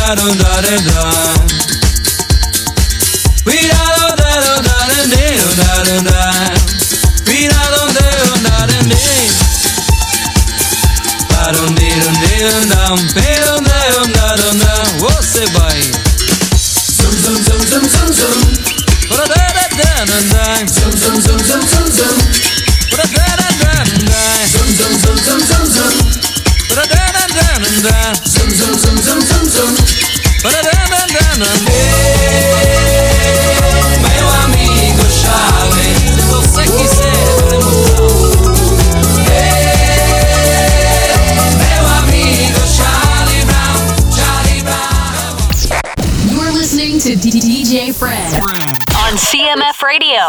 Você vai zum zum zum zum zum zum. Zum zum zum zum zum. Zum zum zum zum zum. Zum zum zum zum zum. Meu amigo Charlie, se você quiser emoção. Meu amigo Charlie Brown, Charlie Brown. You're listening to DJ Fred on CMF Radio.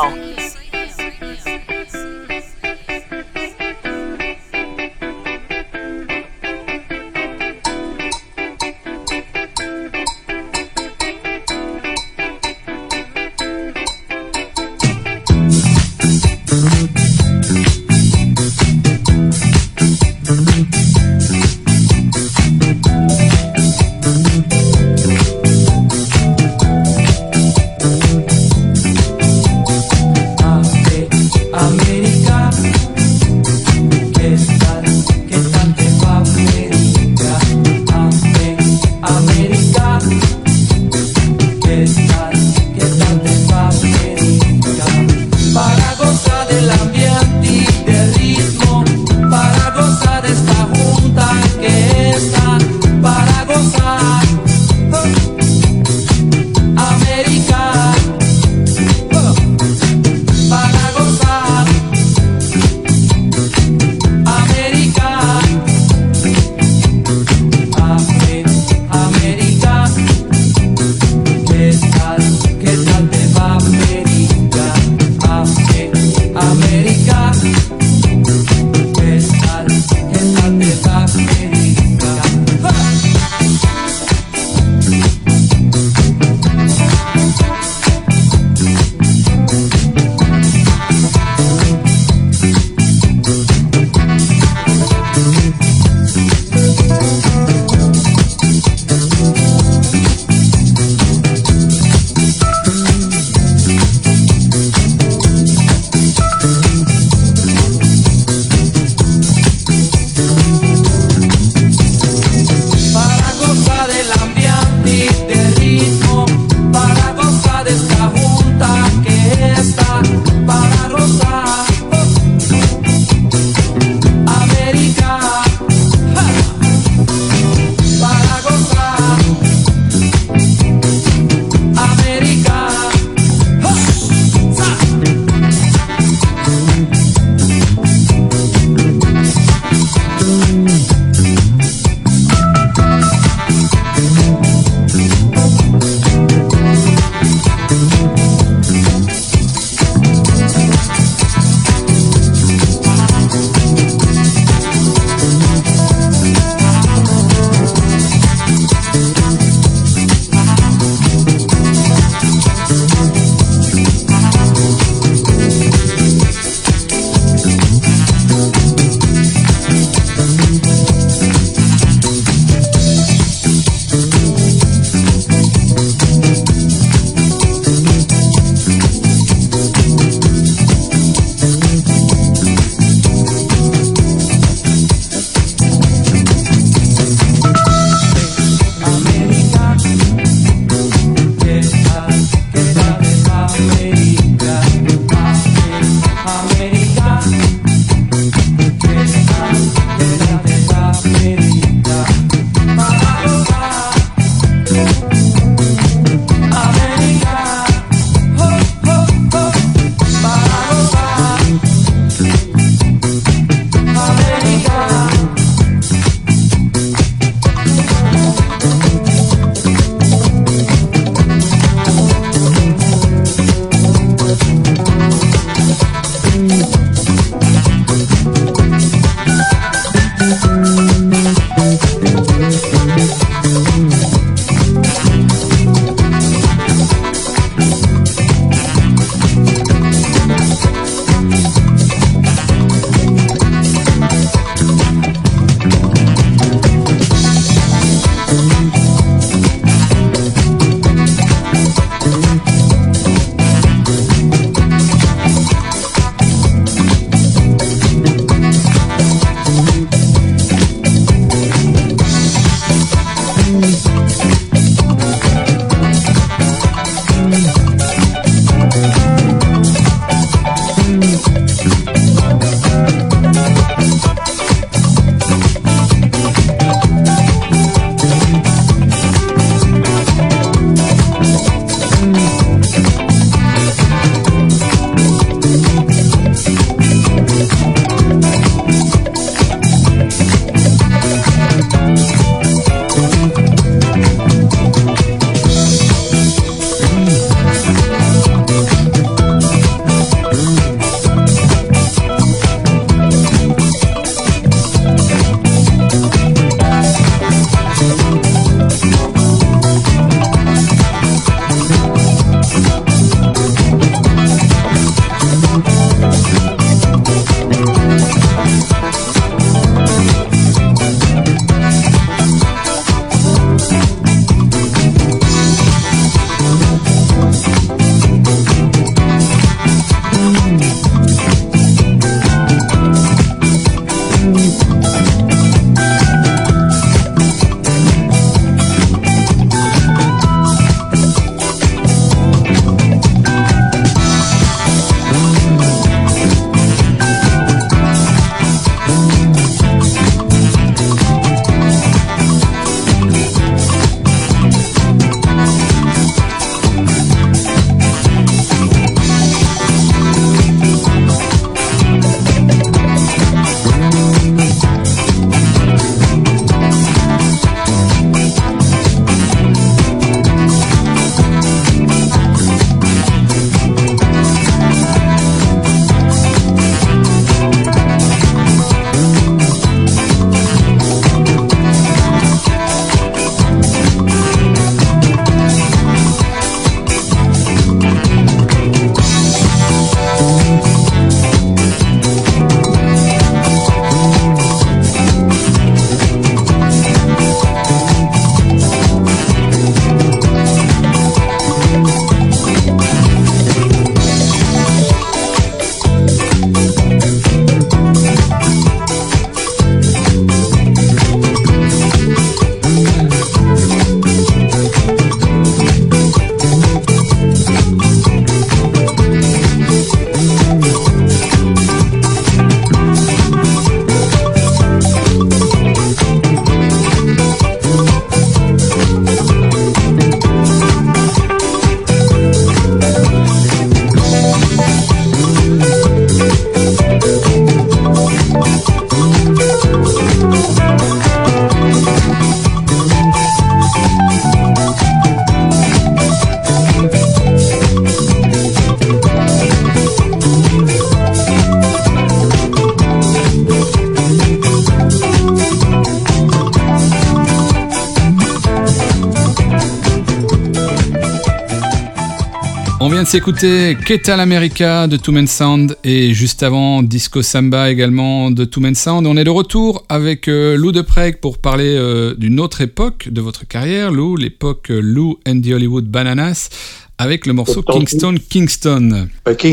s'écouter Ketal America de Two Men Sound et juste avant Disco Samba également de Two Men Sound. On est de retour avec Lou de Prague pour parler d'une autre époque de votre carrière, Lou, l'époque Lou and the Hollywood Bananas, avec le morceau Kingston. Kingston,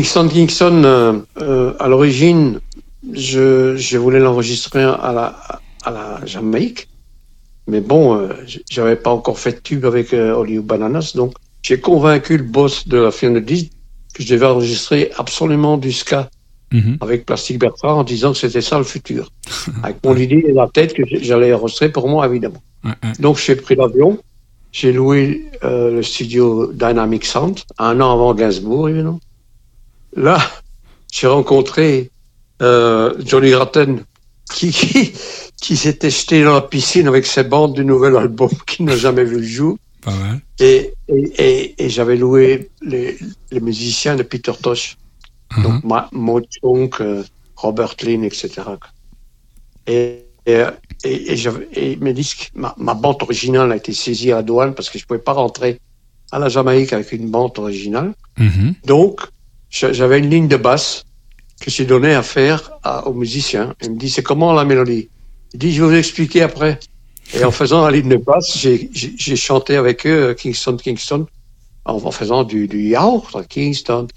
à l'origine, je voulais l'enregistrer à la Jamaïque, mais bon, j'avais pas encore fait de tube avec Hollywood Bananas, donc j'ai convaincu le boss de la firme de disques que je devais enregistrer absolument du ska avec Plastic Bertrand en disant que c'était ça le futur. Avec mon idée et la tête que j'allais enregistrer pour moi, évidemment. Donc j'ai pris l'avion, j'ai loué le studio Dynamic Sound, 1 an avant Gainsbourg, évidemment. Là, j'ai rencontré Johnny Rotten qui s'était jeté dans la piscine avec ses bandes du nouvel album qui n'a jamais vu le jour. Pas mal. Et j'avais loué les musiciens de Peter Tosh, donc Mo Chunk, Robert Lynn, etc. Et mes disques, ma bande originale a été saisie à la douane parce que je pouvais pas rentrer à la Jamaïque avec une bande originale. Donc, j'avais une ligne de basse que j'ai donnée à faire aux musiciens. Il me dit, c'est comment la mélodie? Il dit, je vais vous expliquer après. Et en faisant la ligne de basse, j'ai chanté avec eux Kingston, en faisant du yaourt, Kingston,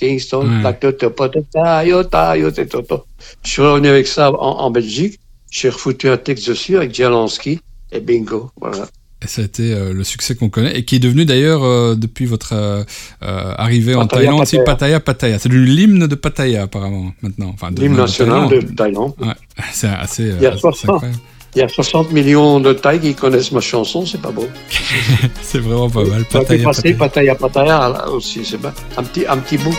je suis revenu avec ça en Belgique, j'ai refoutu un texte dessus avec Jalansky, et bingo, voilà. Et ça a été le succès qu'on connaît, et qui est devenu d'ailleurs, depuis votre arrivée en Thaïlande, aussi Pattaya. C'est devenu l'hymne de Pattaya, apparemment, maintenant. Enfin, l'hymne national de Thaïlande. Ouais, c'est assez incroyable. Il y a 60 millions de Thaïs qui connaissent ma chanson, c'est pas beau. C'est vraiment pas mal. Pattaya là aussi, c'est bien. Un petit bout.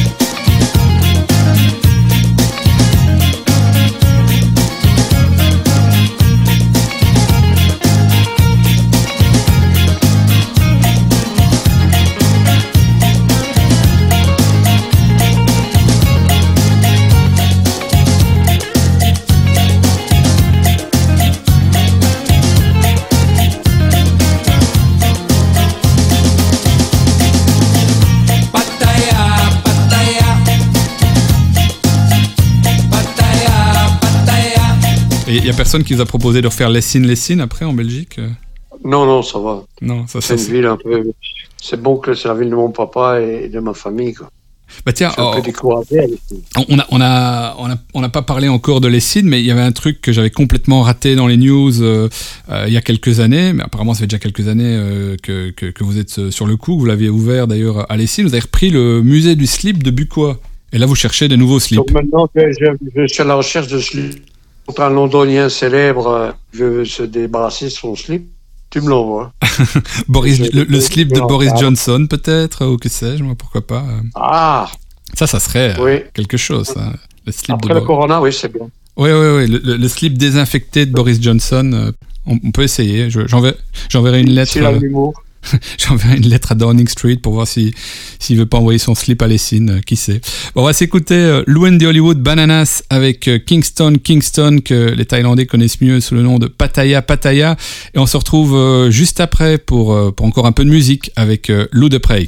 Et il n'y a personne qui vous a proposé de refaire Lessine après en Belgique? Non, ça va. Non, c'est une ville un peu. C'est bon que c'est la ville de mon papa et de ma famille, quoi. Bah tiens, on n'a pas parlé encore de Lessine, mais il y avait un truc que j'avais complètement raté dans les news il y a quelques années, mais apparemment ça fait déjà quelques années que vous êtes sur le coup, vous l'aviez ouvert d'ailleurs à Lessine, vous avez repris le musée du slip de Bucois, et là vous cherchez de nouveaux slips. Donc maintenant que je suis à la recherche de slips, quand un londonien célèbre veut se débarrasser de son slip, tu me l'envoies. Le slip de Boris Johnson, peut-être, ou que sais-je, moi, pourquoi pas. Ah, ça serait quelque chose. Ça. Le slip après le Corona, oui, c'est bien. Oui, le slip désinfecté de Boris Johnson, on peut essayer. J'enverrai une lettre. C'est l'humour. J'enverrai une lettre à Downing Street pour voir s'il veut pas envoyer son slip à Lessine, qui sait. Bon, on va s'écouter Lou and the Hollywood Bananas avec Kingston, que les Thaïlandais connaissent mieux sous le nom de Pattaya. Et on se retrouve juste après pour encore un peu de musique avec Lou de Prague.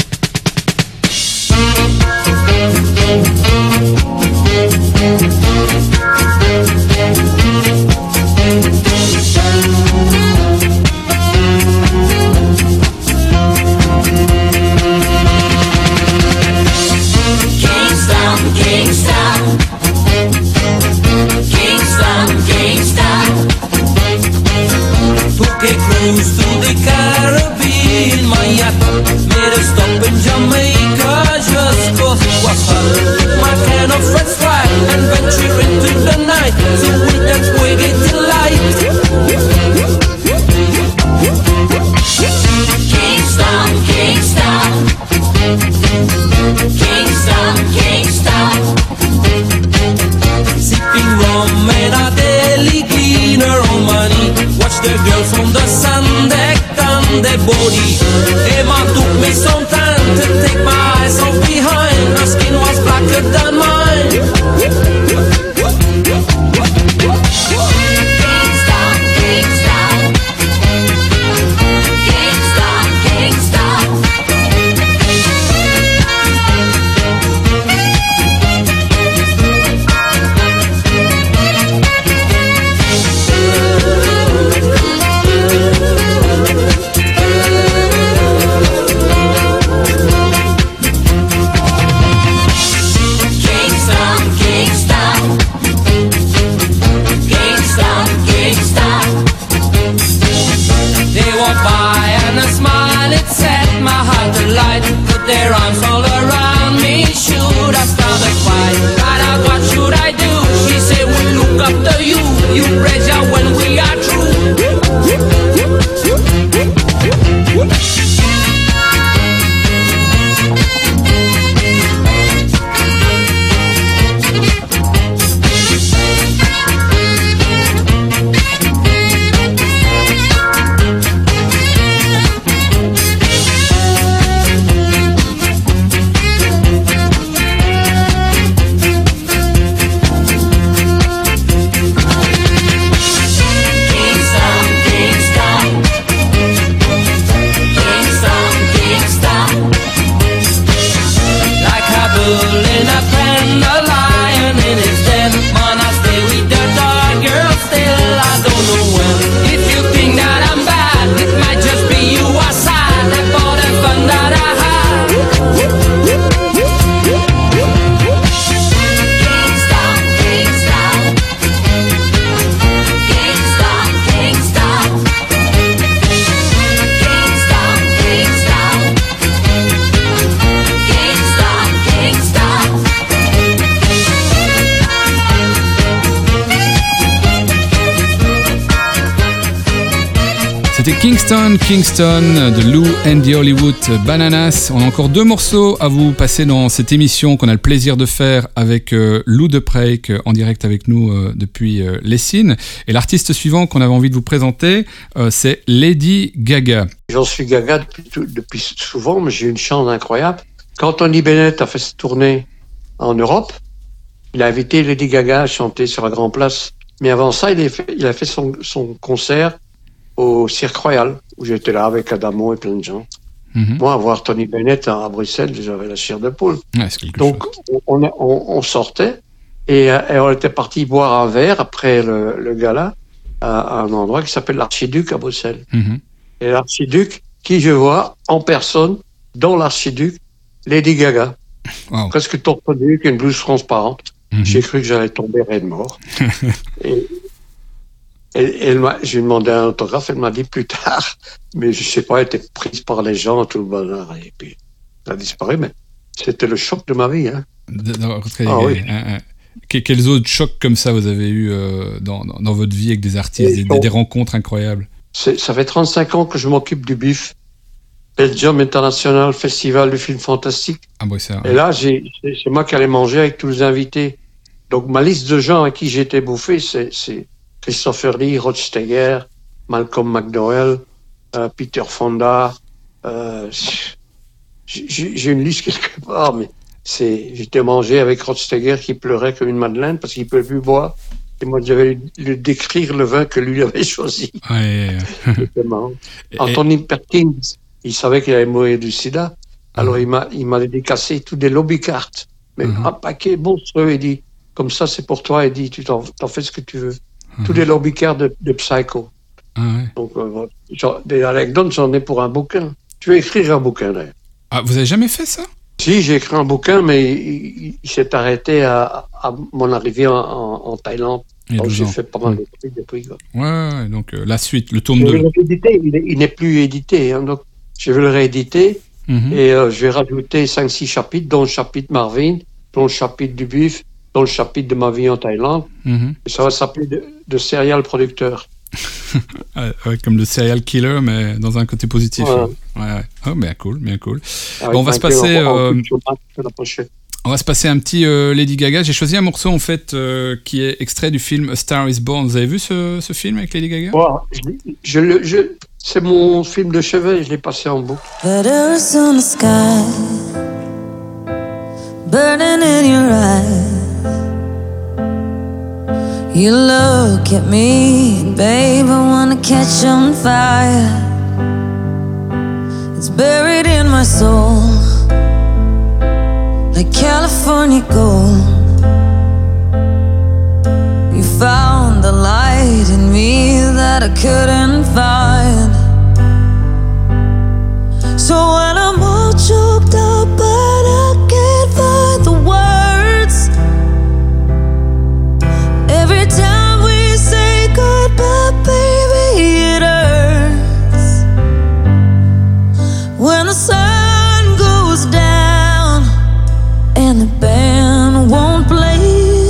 Cruise through the Caribbean, my yacht made a stop in Jamaica just for waffle. My kind of friends try and venture into the night, so we dance we get delight. Kingston, sipping rum and a deli cleaner on money. Watch the girls from the sun deck on their body. Emma took me some time to take my eyes off behind. Her skin was blacker than mine. and the lion in his den. Man, I stay with the dog girl still. I don't know when. If you think that I'm bad, it might just be you outside for the fun that I had. Kingston, Kingston, Kingston, Kingston, Kingston, Kingston, Kingston, C'était Kingston, Kingston de Lou and the Hollywood Bananas. On a encore 2 morceaux à vous passer dans cette émission qu'on a le plaisir de faire avec Lou de Preik en direct avec nous depuis Lessines. Et l'artiste suivant qu'on avait envie de vous présenter, c'est Lady Gaga. J'en suis gaga depuis souvent, mais j'ai eu une chance incroyable. Quand Tony Bennett a fait cette tournée en Europe, il a invité Lady Gaga à chanter sur la Grand Place. Mais avant ça, il a fait son concert au Cirque Royal, où j'étais là avec Adamo et plein de gens. Mm-hmm. Moi, voir Tony Bennett à Bruxelles, j'avais la chair de poule. Ouais, c'est quelque Donc, chose. on sortait et on était parti boire un verre après le gala à un endroit qui s'appelle l'Archiduc à Bruxelles. Mm-hmm. Et l'Archiduc, qui je vois en personne, dans l'Archiduc, Lady Gaga. Wow. Presque torse nu, avec une blouse transparente. Mm-hmm. J'ai cru que j'allais tomber raide mort. Et j'ai demandé un autographe, elle m'a dit plus tard, mais je sais pas, elle était prise par les gens, tout le bonheur, et puis elle a disparu, mais c'était le choc de ma vie. Hein. Oui. Quels autres chocs comme ça vous avez eu dans votre vie avec des artistes, des rencontres incroyables? Ça fait 35 ans que je m'occupe du BIF, Belgium International Festival du film fantastique. Ah bon, ça, ouais. Et là, c'est moi qui allais manger avec tous les invités. Donc ma liste de gens à qui j'étais bouffé, c'est Christopher Lee, Rod Steiger, Malcolm McDowell, Peter Fonda. J'ai une liste quelque part, mais j'étais mangé avec Rod Steiger qui pleurait comme une madeleine parce qu'il ne pouvait plus boire. Et moi, j'avais lui décrire le vin que lui avait choisi. Ouais. C'était marrant. Anthony Perkins, il savait qu'il allait mourir du sida. Alors, il m'a dédicacé tous des lobby cards. Mais un paquet monstrueux, il dit, comme ça, c'est pour toi, il dit, tu t'en fais ce que tu veux. Tous les lobby cards de Psycho. Ah ouais. Donc, des anecdotes, j'en ai pour un bouquin. Tu veux écrire un bouquin, d'ailleurs. Ah, vous avez jamais fait ça? Si, j'ai écrit un bouquin, mais il s'est arrêté à mon arrivée en Thaïlande. Donc, j'ai fait pas mal de trucs depuis. Quoi. Ouais, donc la suite, le tome 2. Il n'est plus édité, hein, donc je vais le rééditer et je vais rajouter 5-6 chapitres, dont le chapitre Marvin, dont le chapitre du BIF, dont le chapitre de ma vie en Thaïlande. Et ça va s'appeler de serial producteur. Ouais, comme le serial killer, mais dans un côté positif. Ouais. Ouais. Oh, bien cool. Avec Bon, on va se passer un petit Lady Gaga. J'ai choisi un morceau en fait qui est extrait du film A Star Is Born. Vous avez vu ce film avec Lady Gaga? Ouais, c'est mon film de chevet, je l'ai passé en boucle. Letters on the sky, burning in your eyes. You look at me, babe, I wanna catch on fire. It's buried in my soul, like California gold. You found the light in me that I couldn't find. So when I'm all choked up but I can't find the words, every time we say goodbye, baby, it hurts. When the sun goes down and the band won't play,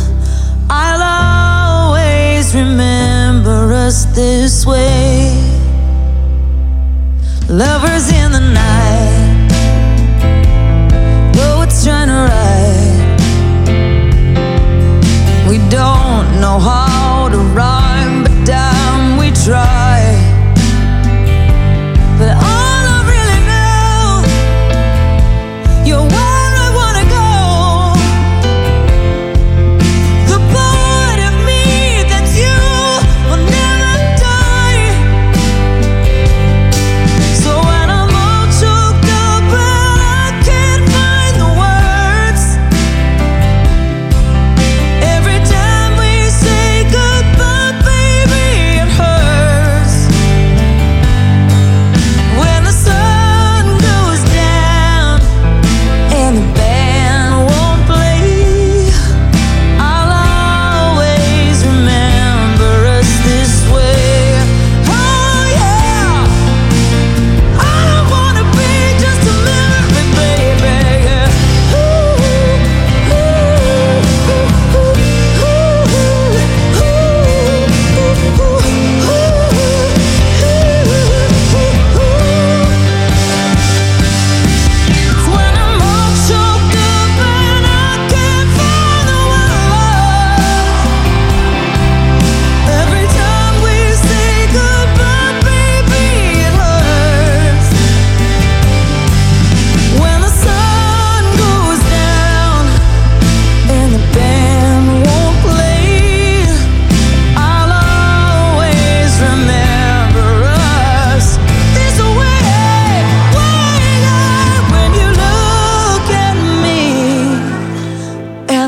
I'll always remember us this way. Lovers in the night, though it's trying to ride. We don't know how to rhyme, but damn, we try. But all I really know, you're where I wanna go. The part of me that you will never die. So when I'm all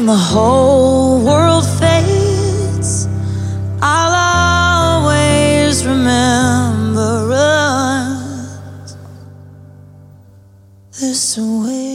when the whole world fades, I'll always remember us this way.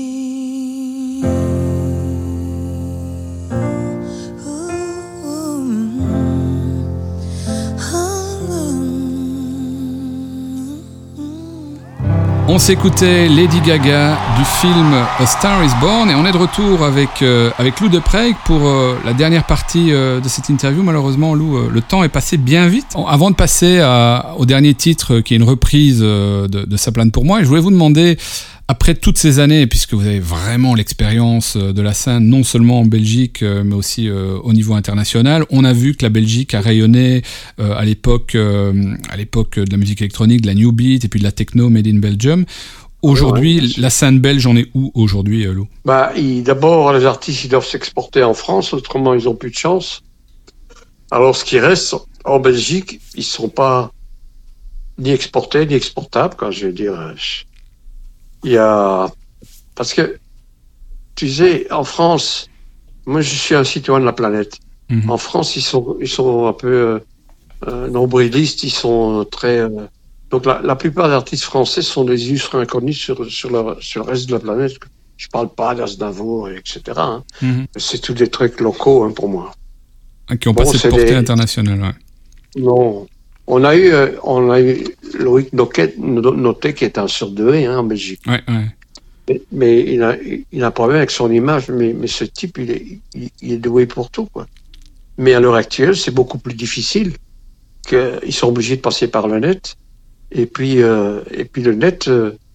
On s'écoutait Lady Gaga du film A Star Is Born et on est de retour avec Lou de Prague pour la dernière partie de cette interview. Malheureusement, Lou, le temps est passé bien vite. Avant de passer au dernier titre qui est une reprise de Ça plane pour moi, et je voulais vous demander, après toutes ces années, puisque vous avez vraiment l'expérience de la scène, non seulement en Belgique, mais aussi au niveau international, on a vu que la Belgique a rayonné à l'époque de la musique électronique, de la New Beat et puis de la techno made in Belgium. Aujourd'hui, la scène belge en est où aujourd'hui, Lou ? D'abord, les artistes ils doivent s'exporter en France, autrement ils n'ont plus de chance. Alors, ce qui reste en Belgique, ils ne sont pas ni exportés ni exportables, quand je veux dire. Parce que, tu sais, en France, moi je suis un citoyen de la planète. Mm-hmm. En France, ils sont un peu nombrilistes, ils sont très... Donc la plupart des artistes français sont des illustres inconnus sur le reste de la planète. Je parle pas d'Aznavour, etc. Hein. Mm-hmm. C'est tous des trucs locaux pour moi. Qui n'ont pas cette portée internationale, ouais. Non. On a eu Loïc Notet qui est un surdoué en Belgique. Ouais. Mais il a un problème avec son image. Mais ce type, il est doué pour tout, quoi. Mais à l'heure actuelle, c'est beaucoup plus difficile. Ils sont obligés de passer par le net. Et puis le net,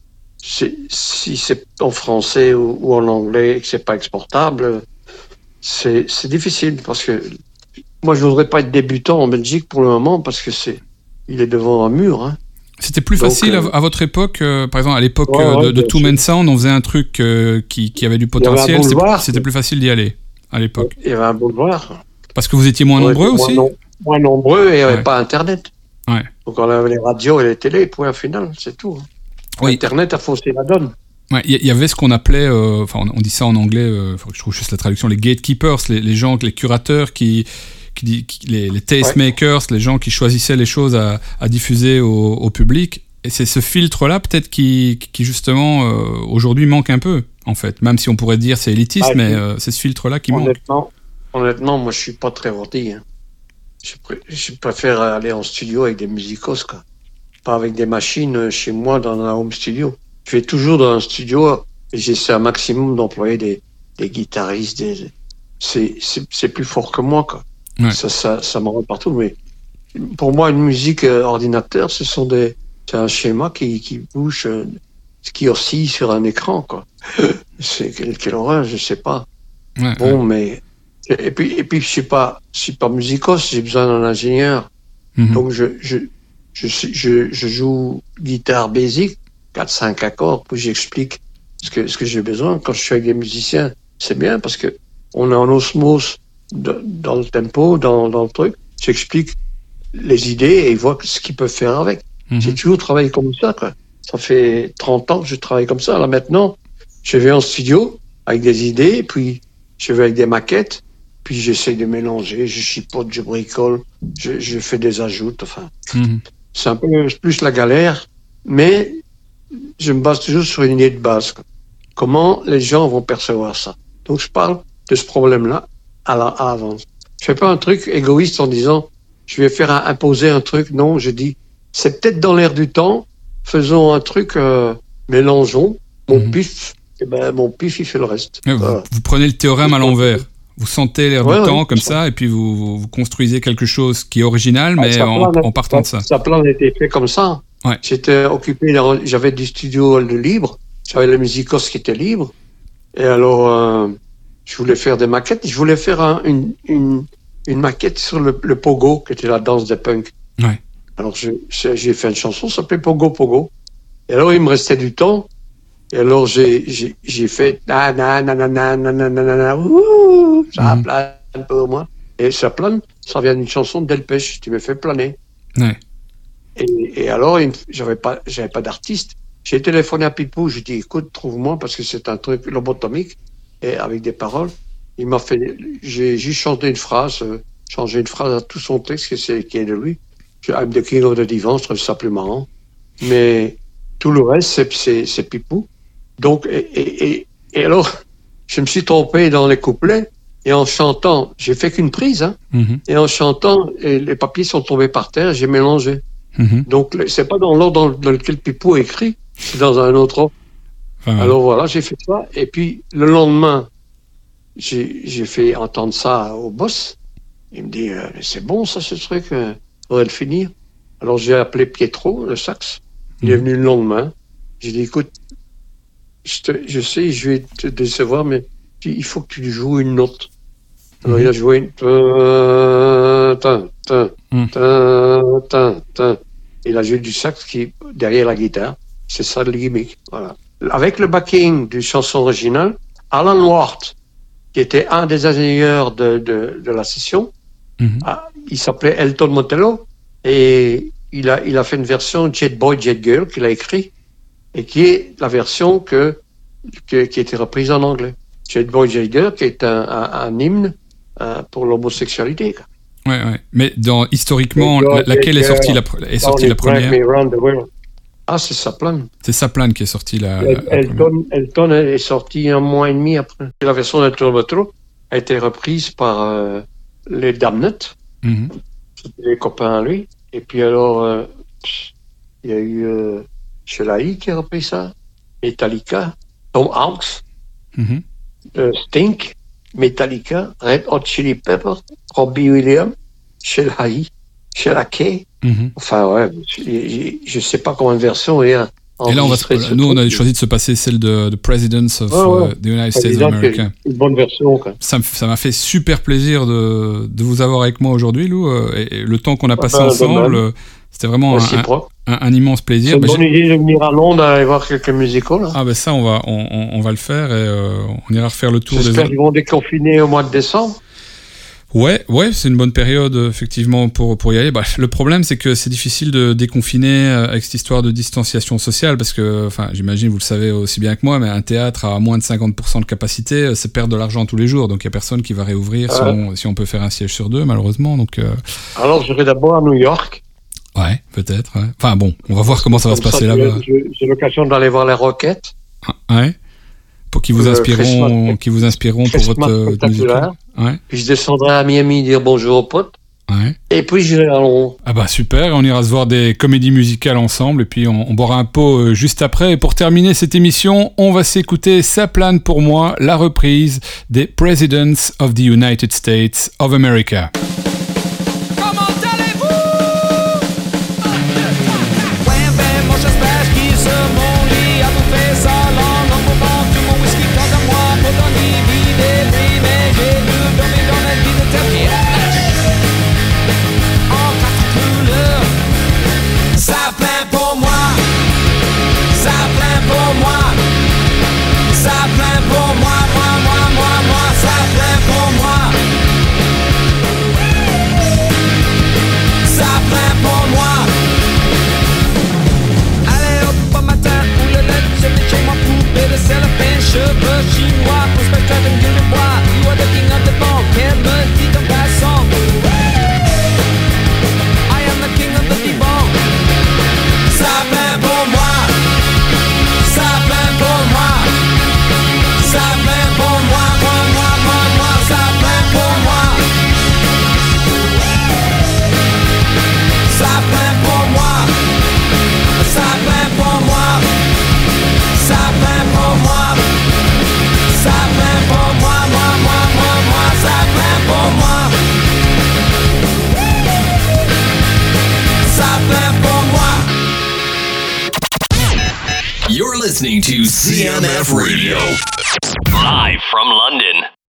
si c'est en français ou en anglais et que c'est pas exportable, c'est difficile parce que moi, je voudrais pas être débutant en Belgique pour le moment parce que il est devant un mur. Hein. C'était plus facile à votre époque, par exemple à l'époque de Two Men Sound, on faisait un truc qui avait du potentiel. C'était plus facile d'y aller à l'époque. Il y avait un boulevard. Parce que vous étiez moins nombreux aussi. Moins nombreux et il n'y avait pas Internet. Ouais. Donc on avait les radios et les télés, point final, c'est tout. Hein. Oui. Internet a faussé la donne. Ouais, il y avait ce qu'on appelait, on dit ça en anglais, faut que je trouve juste la traduction, les gatekeepers, les gens, les curateurs les tastemakers, les gens qui choisissaient les choses à diffuser au public. Et c'est ce filtre-là peut-être qui justement aujourd'hui manque un peu, en fait. Même si on pourrait dire c'est élitiste, mais c'est ce filtre-là qui manque. Honnêtement, moi je suis pas très rôti. Hein. Je préfère aller en studio avec des musicos, quoi. Pas avec des machines chez moi dans un home studio. Je vais toujours dans un studio et j'essaie un maximum d'employer des guitaristes. C'est plus fort que moi, quoi. Ouais. Ça me rend partout. Mais pour moi, une musique ordinateur, c'est un schéma qui bouge, qui oscille sur un écran, quoi. C'est quelle horreur, je sais pas. Ouais, mais et puis je suis pas musicos, j'ai besoin d'un ingénieur. Mm-hmm. Donc je joue guitare basic, 4-5 accords, puis j'explique ce que j'ai besoin. Quand je suis avec des musiciens, c'est bien parce que on est en osmose dans le tempo, dans le truc. J'explique les idées et ils voient ce qu'ils peuvent faire avec. Mm-hmm. J'ai toujours travaillé comme ça, quoi. Ça fait 30 ans que je travaille comme ça. Là, maintenant, je vais en studio avec des idées, puis je vais avec des maquettes, puis j'essaie de mélanger, je chipote, je bricole, je fais des ajouts, enfin. Mm-hmm. C'est un peu plus la galère, mais je me base toujours sur une idée de base, quoi. Comment les gens vont percevoir ça. Donc, je parle de ce problème-là à l'avance. Je fais pas un truc égoïste en disant je vais faire imposer un truc. Non, je dis c'est peut-être dans l'air du temps. Faisons un truc, mélangeons. Mon pif, mon pif il fait le reste. Vous prenez le théorème à l'envers. Vous sentez l'air du temps comme ça, et puis vous construisez quelque chose qui est original, mais en partant de ça. Ça plan était fait comme ça. Ouais. J'étais occupé, j'avais du studio libre, j'avais la musicos qui était libre, et alors je voulais faire des maquettes. Je voulais faire une maquette sur le pogo, qui était la danse des punks. Ouais. Alors j'ai fait une chanson, ça s'appelait Pogo Pogo. Et alors il me restait du temps. Et alors j'ai fait ça plane pour moi. Et ça plane, ça vient d'une chanson de Delpech, tu me fais planer. Ouais. Et alors j'avais pas d'artiste. J'ai téléphoné à Pipou, j'ai dit écoute, trouve-moi parce que c'est un truc lobotomique et avec des paroles. il m'a fait, j'ai juste changé une phrase à tout son texte qui est de lui. I'm the king of the divan, je trouve ça plus marrant. Mais tout le reste, c'est Pipou. Donc, et alors, je me suis trompé dans les couplets, et en chantant, j'ai fait qu'une prise, hein, et en chantant, les papiers sont tombés par terre, j'ai mélangé. Donc, c'est pas dans l'ordre dans lequel Pipou a écrit, c'est dans un autre ordre. Alors voilà, j'ai fait ça, et puis le lendemain, j'ai fait entendre ça au boss. Il me dit, c'est bon ça, ce truc, faudrait le finir. Alors j'ai appelé Pietro, le sax. Il est venu le lendemain. J'ai dit, écoute, je sais, je vais te décevoir, mais il faut que tu joues une note. Alors il a joué une... Il a joué du sax qui derrière la guitare. C'est ça le gimmick. Voilà. Avec le backing du chanson originale, Alan Ward, qui était un des ingénieurs de la session, il s'appelait Elton Montello, et il a fait une version Jet Boy, Jet Girl qu'il a écrit, et qui est la version qui a été reprise en anglais. Jet Boy, Jet Girl, qui est un hymne pour l'homosexualité. Ouais. Mais historiquement, laquelle est sortie la première? Ah, c'est Saplan. C'est Saplan qui est sorti la Elton est sorti un mois et demi après. La version d'Elton Montello a été reprise par les Damned, les copains à lui. Et puis alors, il y a eu Sheila qui a repris ça, Metallica, Tom Hanks, Sting, Metallica, Red Hot Chili Peppers, Robbie Williams, Sheila Kay. Enfin ouais, je sais pas combien de versions il y a. Et là, on a choisi de se passer celle de Presidents of the United States of America. Une bonne version, quoi. Ça m'a fait super plaisir de vous avoir avec moi aujourd'hui, Lou. Et le temps qu'on a passé ensemble, c'était vraiment un immense plaisir. C'est une bonne idée de venir à Londres aller voir quelques musicals. Là. Ah ben ça, on va le faire et on ira refaire le tour. J'espère qu'ils vont déconfiner au mois de décembre. Ouais, c'est une bonne période effectivement pour y aller. Bah, le problème, c'est que c'est difficile de déconfiner avec cette histoire de distanciation sociale parce que, enfin, j'imagine vous le savez aussi bien que moi, mais un théâtre à moins de 50% de capacité, c'est perdre de l'argent tous les jours. Donc il y a personne qui va réouvrir si on peut faire un siège sur deux, malheureusement. Donc. Alors j'irai d'abord à New York. Ouais, peut-être. Ouais. Enfin bon, on va voir comment ça va se passer là-bas. J'ai l'occasion d'aller voir les Rockets. Ouais. Pour qui vous inspireront pour votre musical. Ouais. Puis je descendrai à Miami dire bonjour aux potes. Ouais. Et puis j'irai à Londres. Ah bah super, on ira se voir des comédies musicales ensemble et puis on boira un pot juste après. Et pour terminer cette émission, on va s'écouter Ça plane pour moi, la reprise des Presidents of the United States of America. Cheveux chinois, prospecteur de gueule de bois. You are the king of the ball, qu'elle me dit dans ta sang. I am the king of the divan. Ça plaint pour moi. Ça plaint pour moi. Ça plaint pour moi, moi. Ça plaint pour moi. Ça plaint pour moi. Ça plaint pour moi. Ça plaint pour moi. Ça plaint pour moi, moi, ça plaint pour moi. Ça plaint pour moi. You're listening to CMF Radio. Live from London.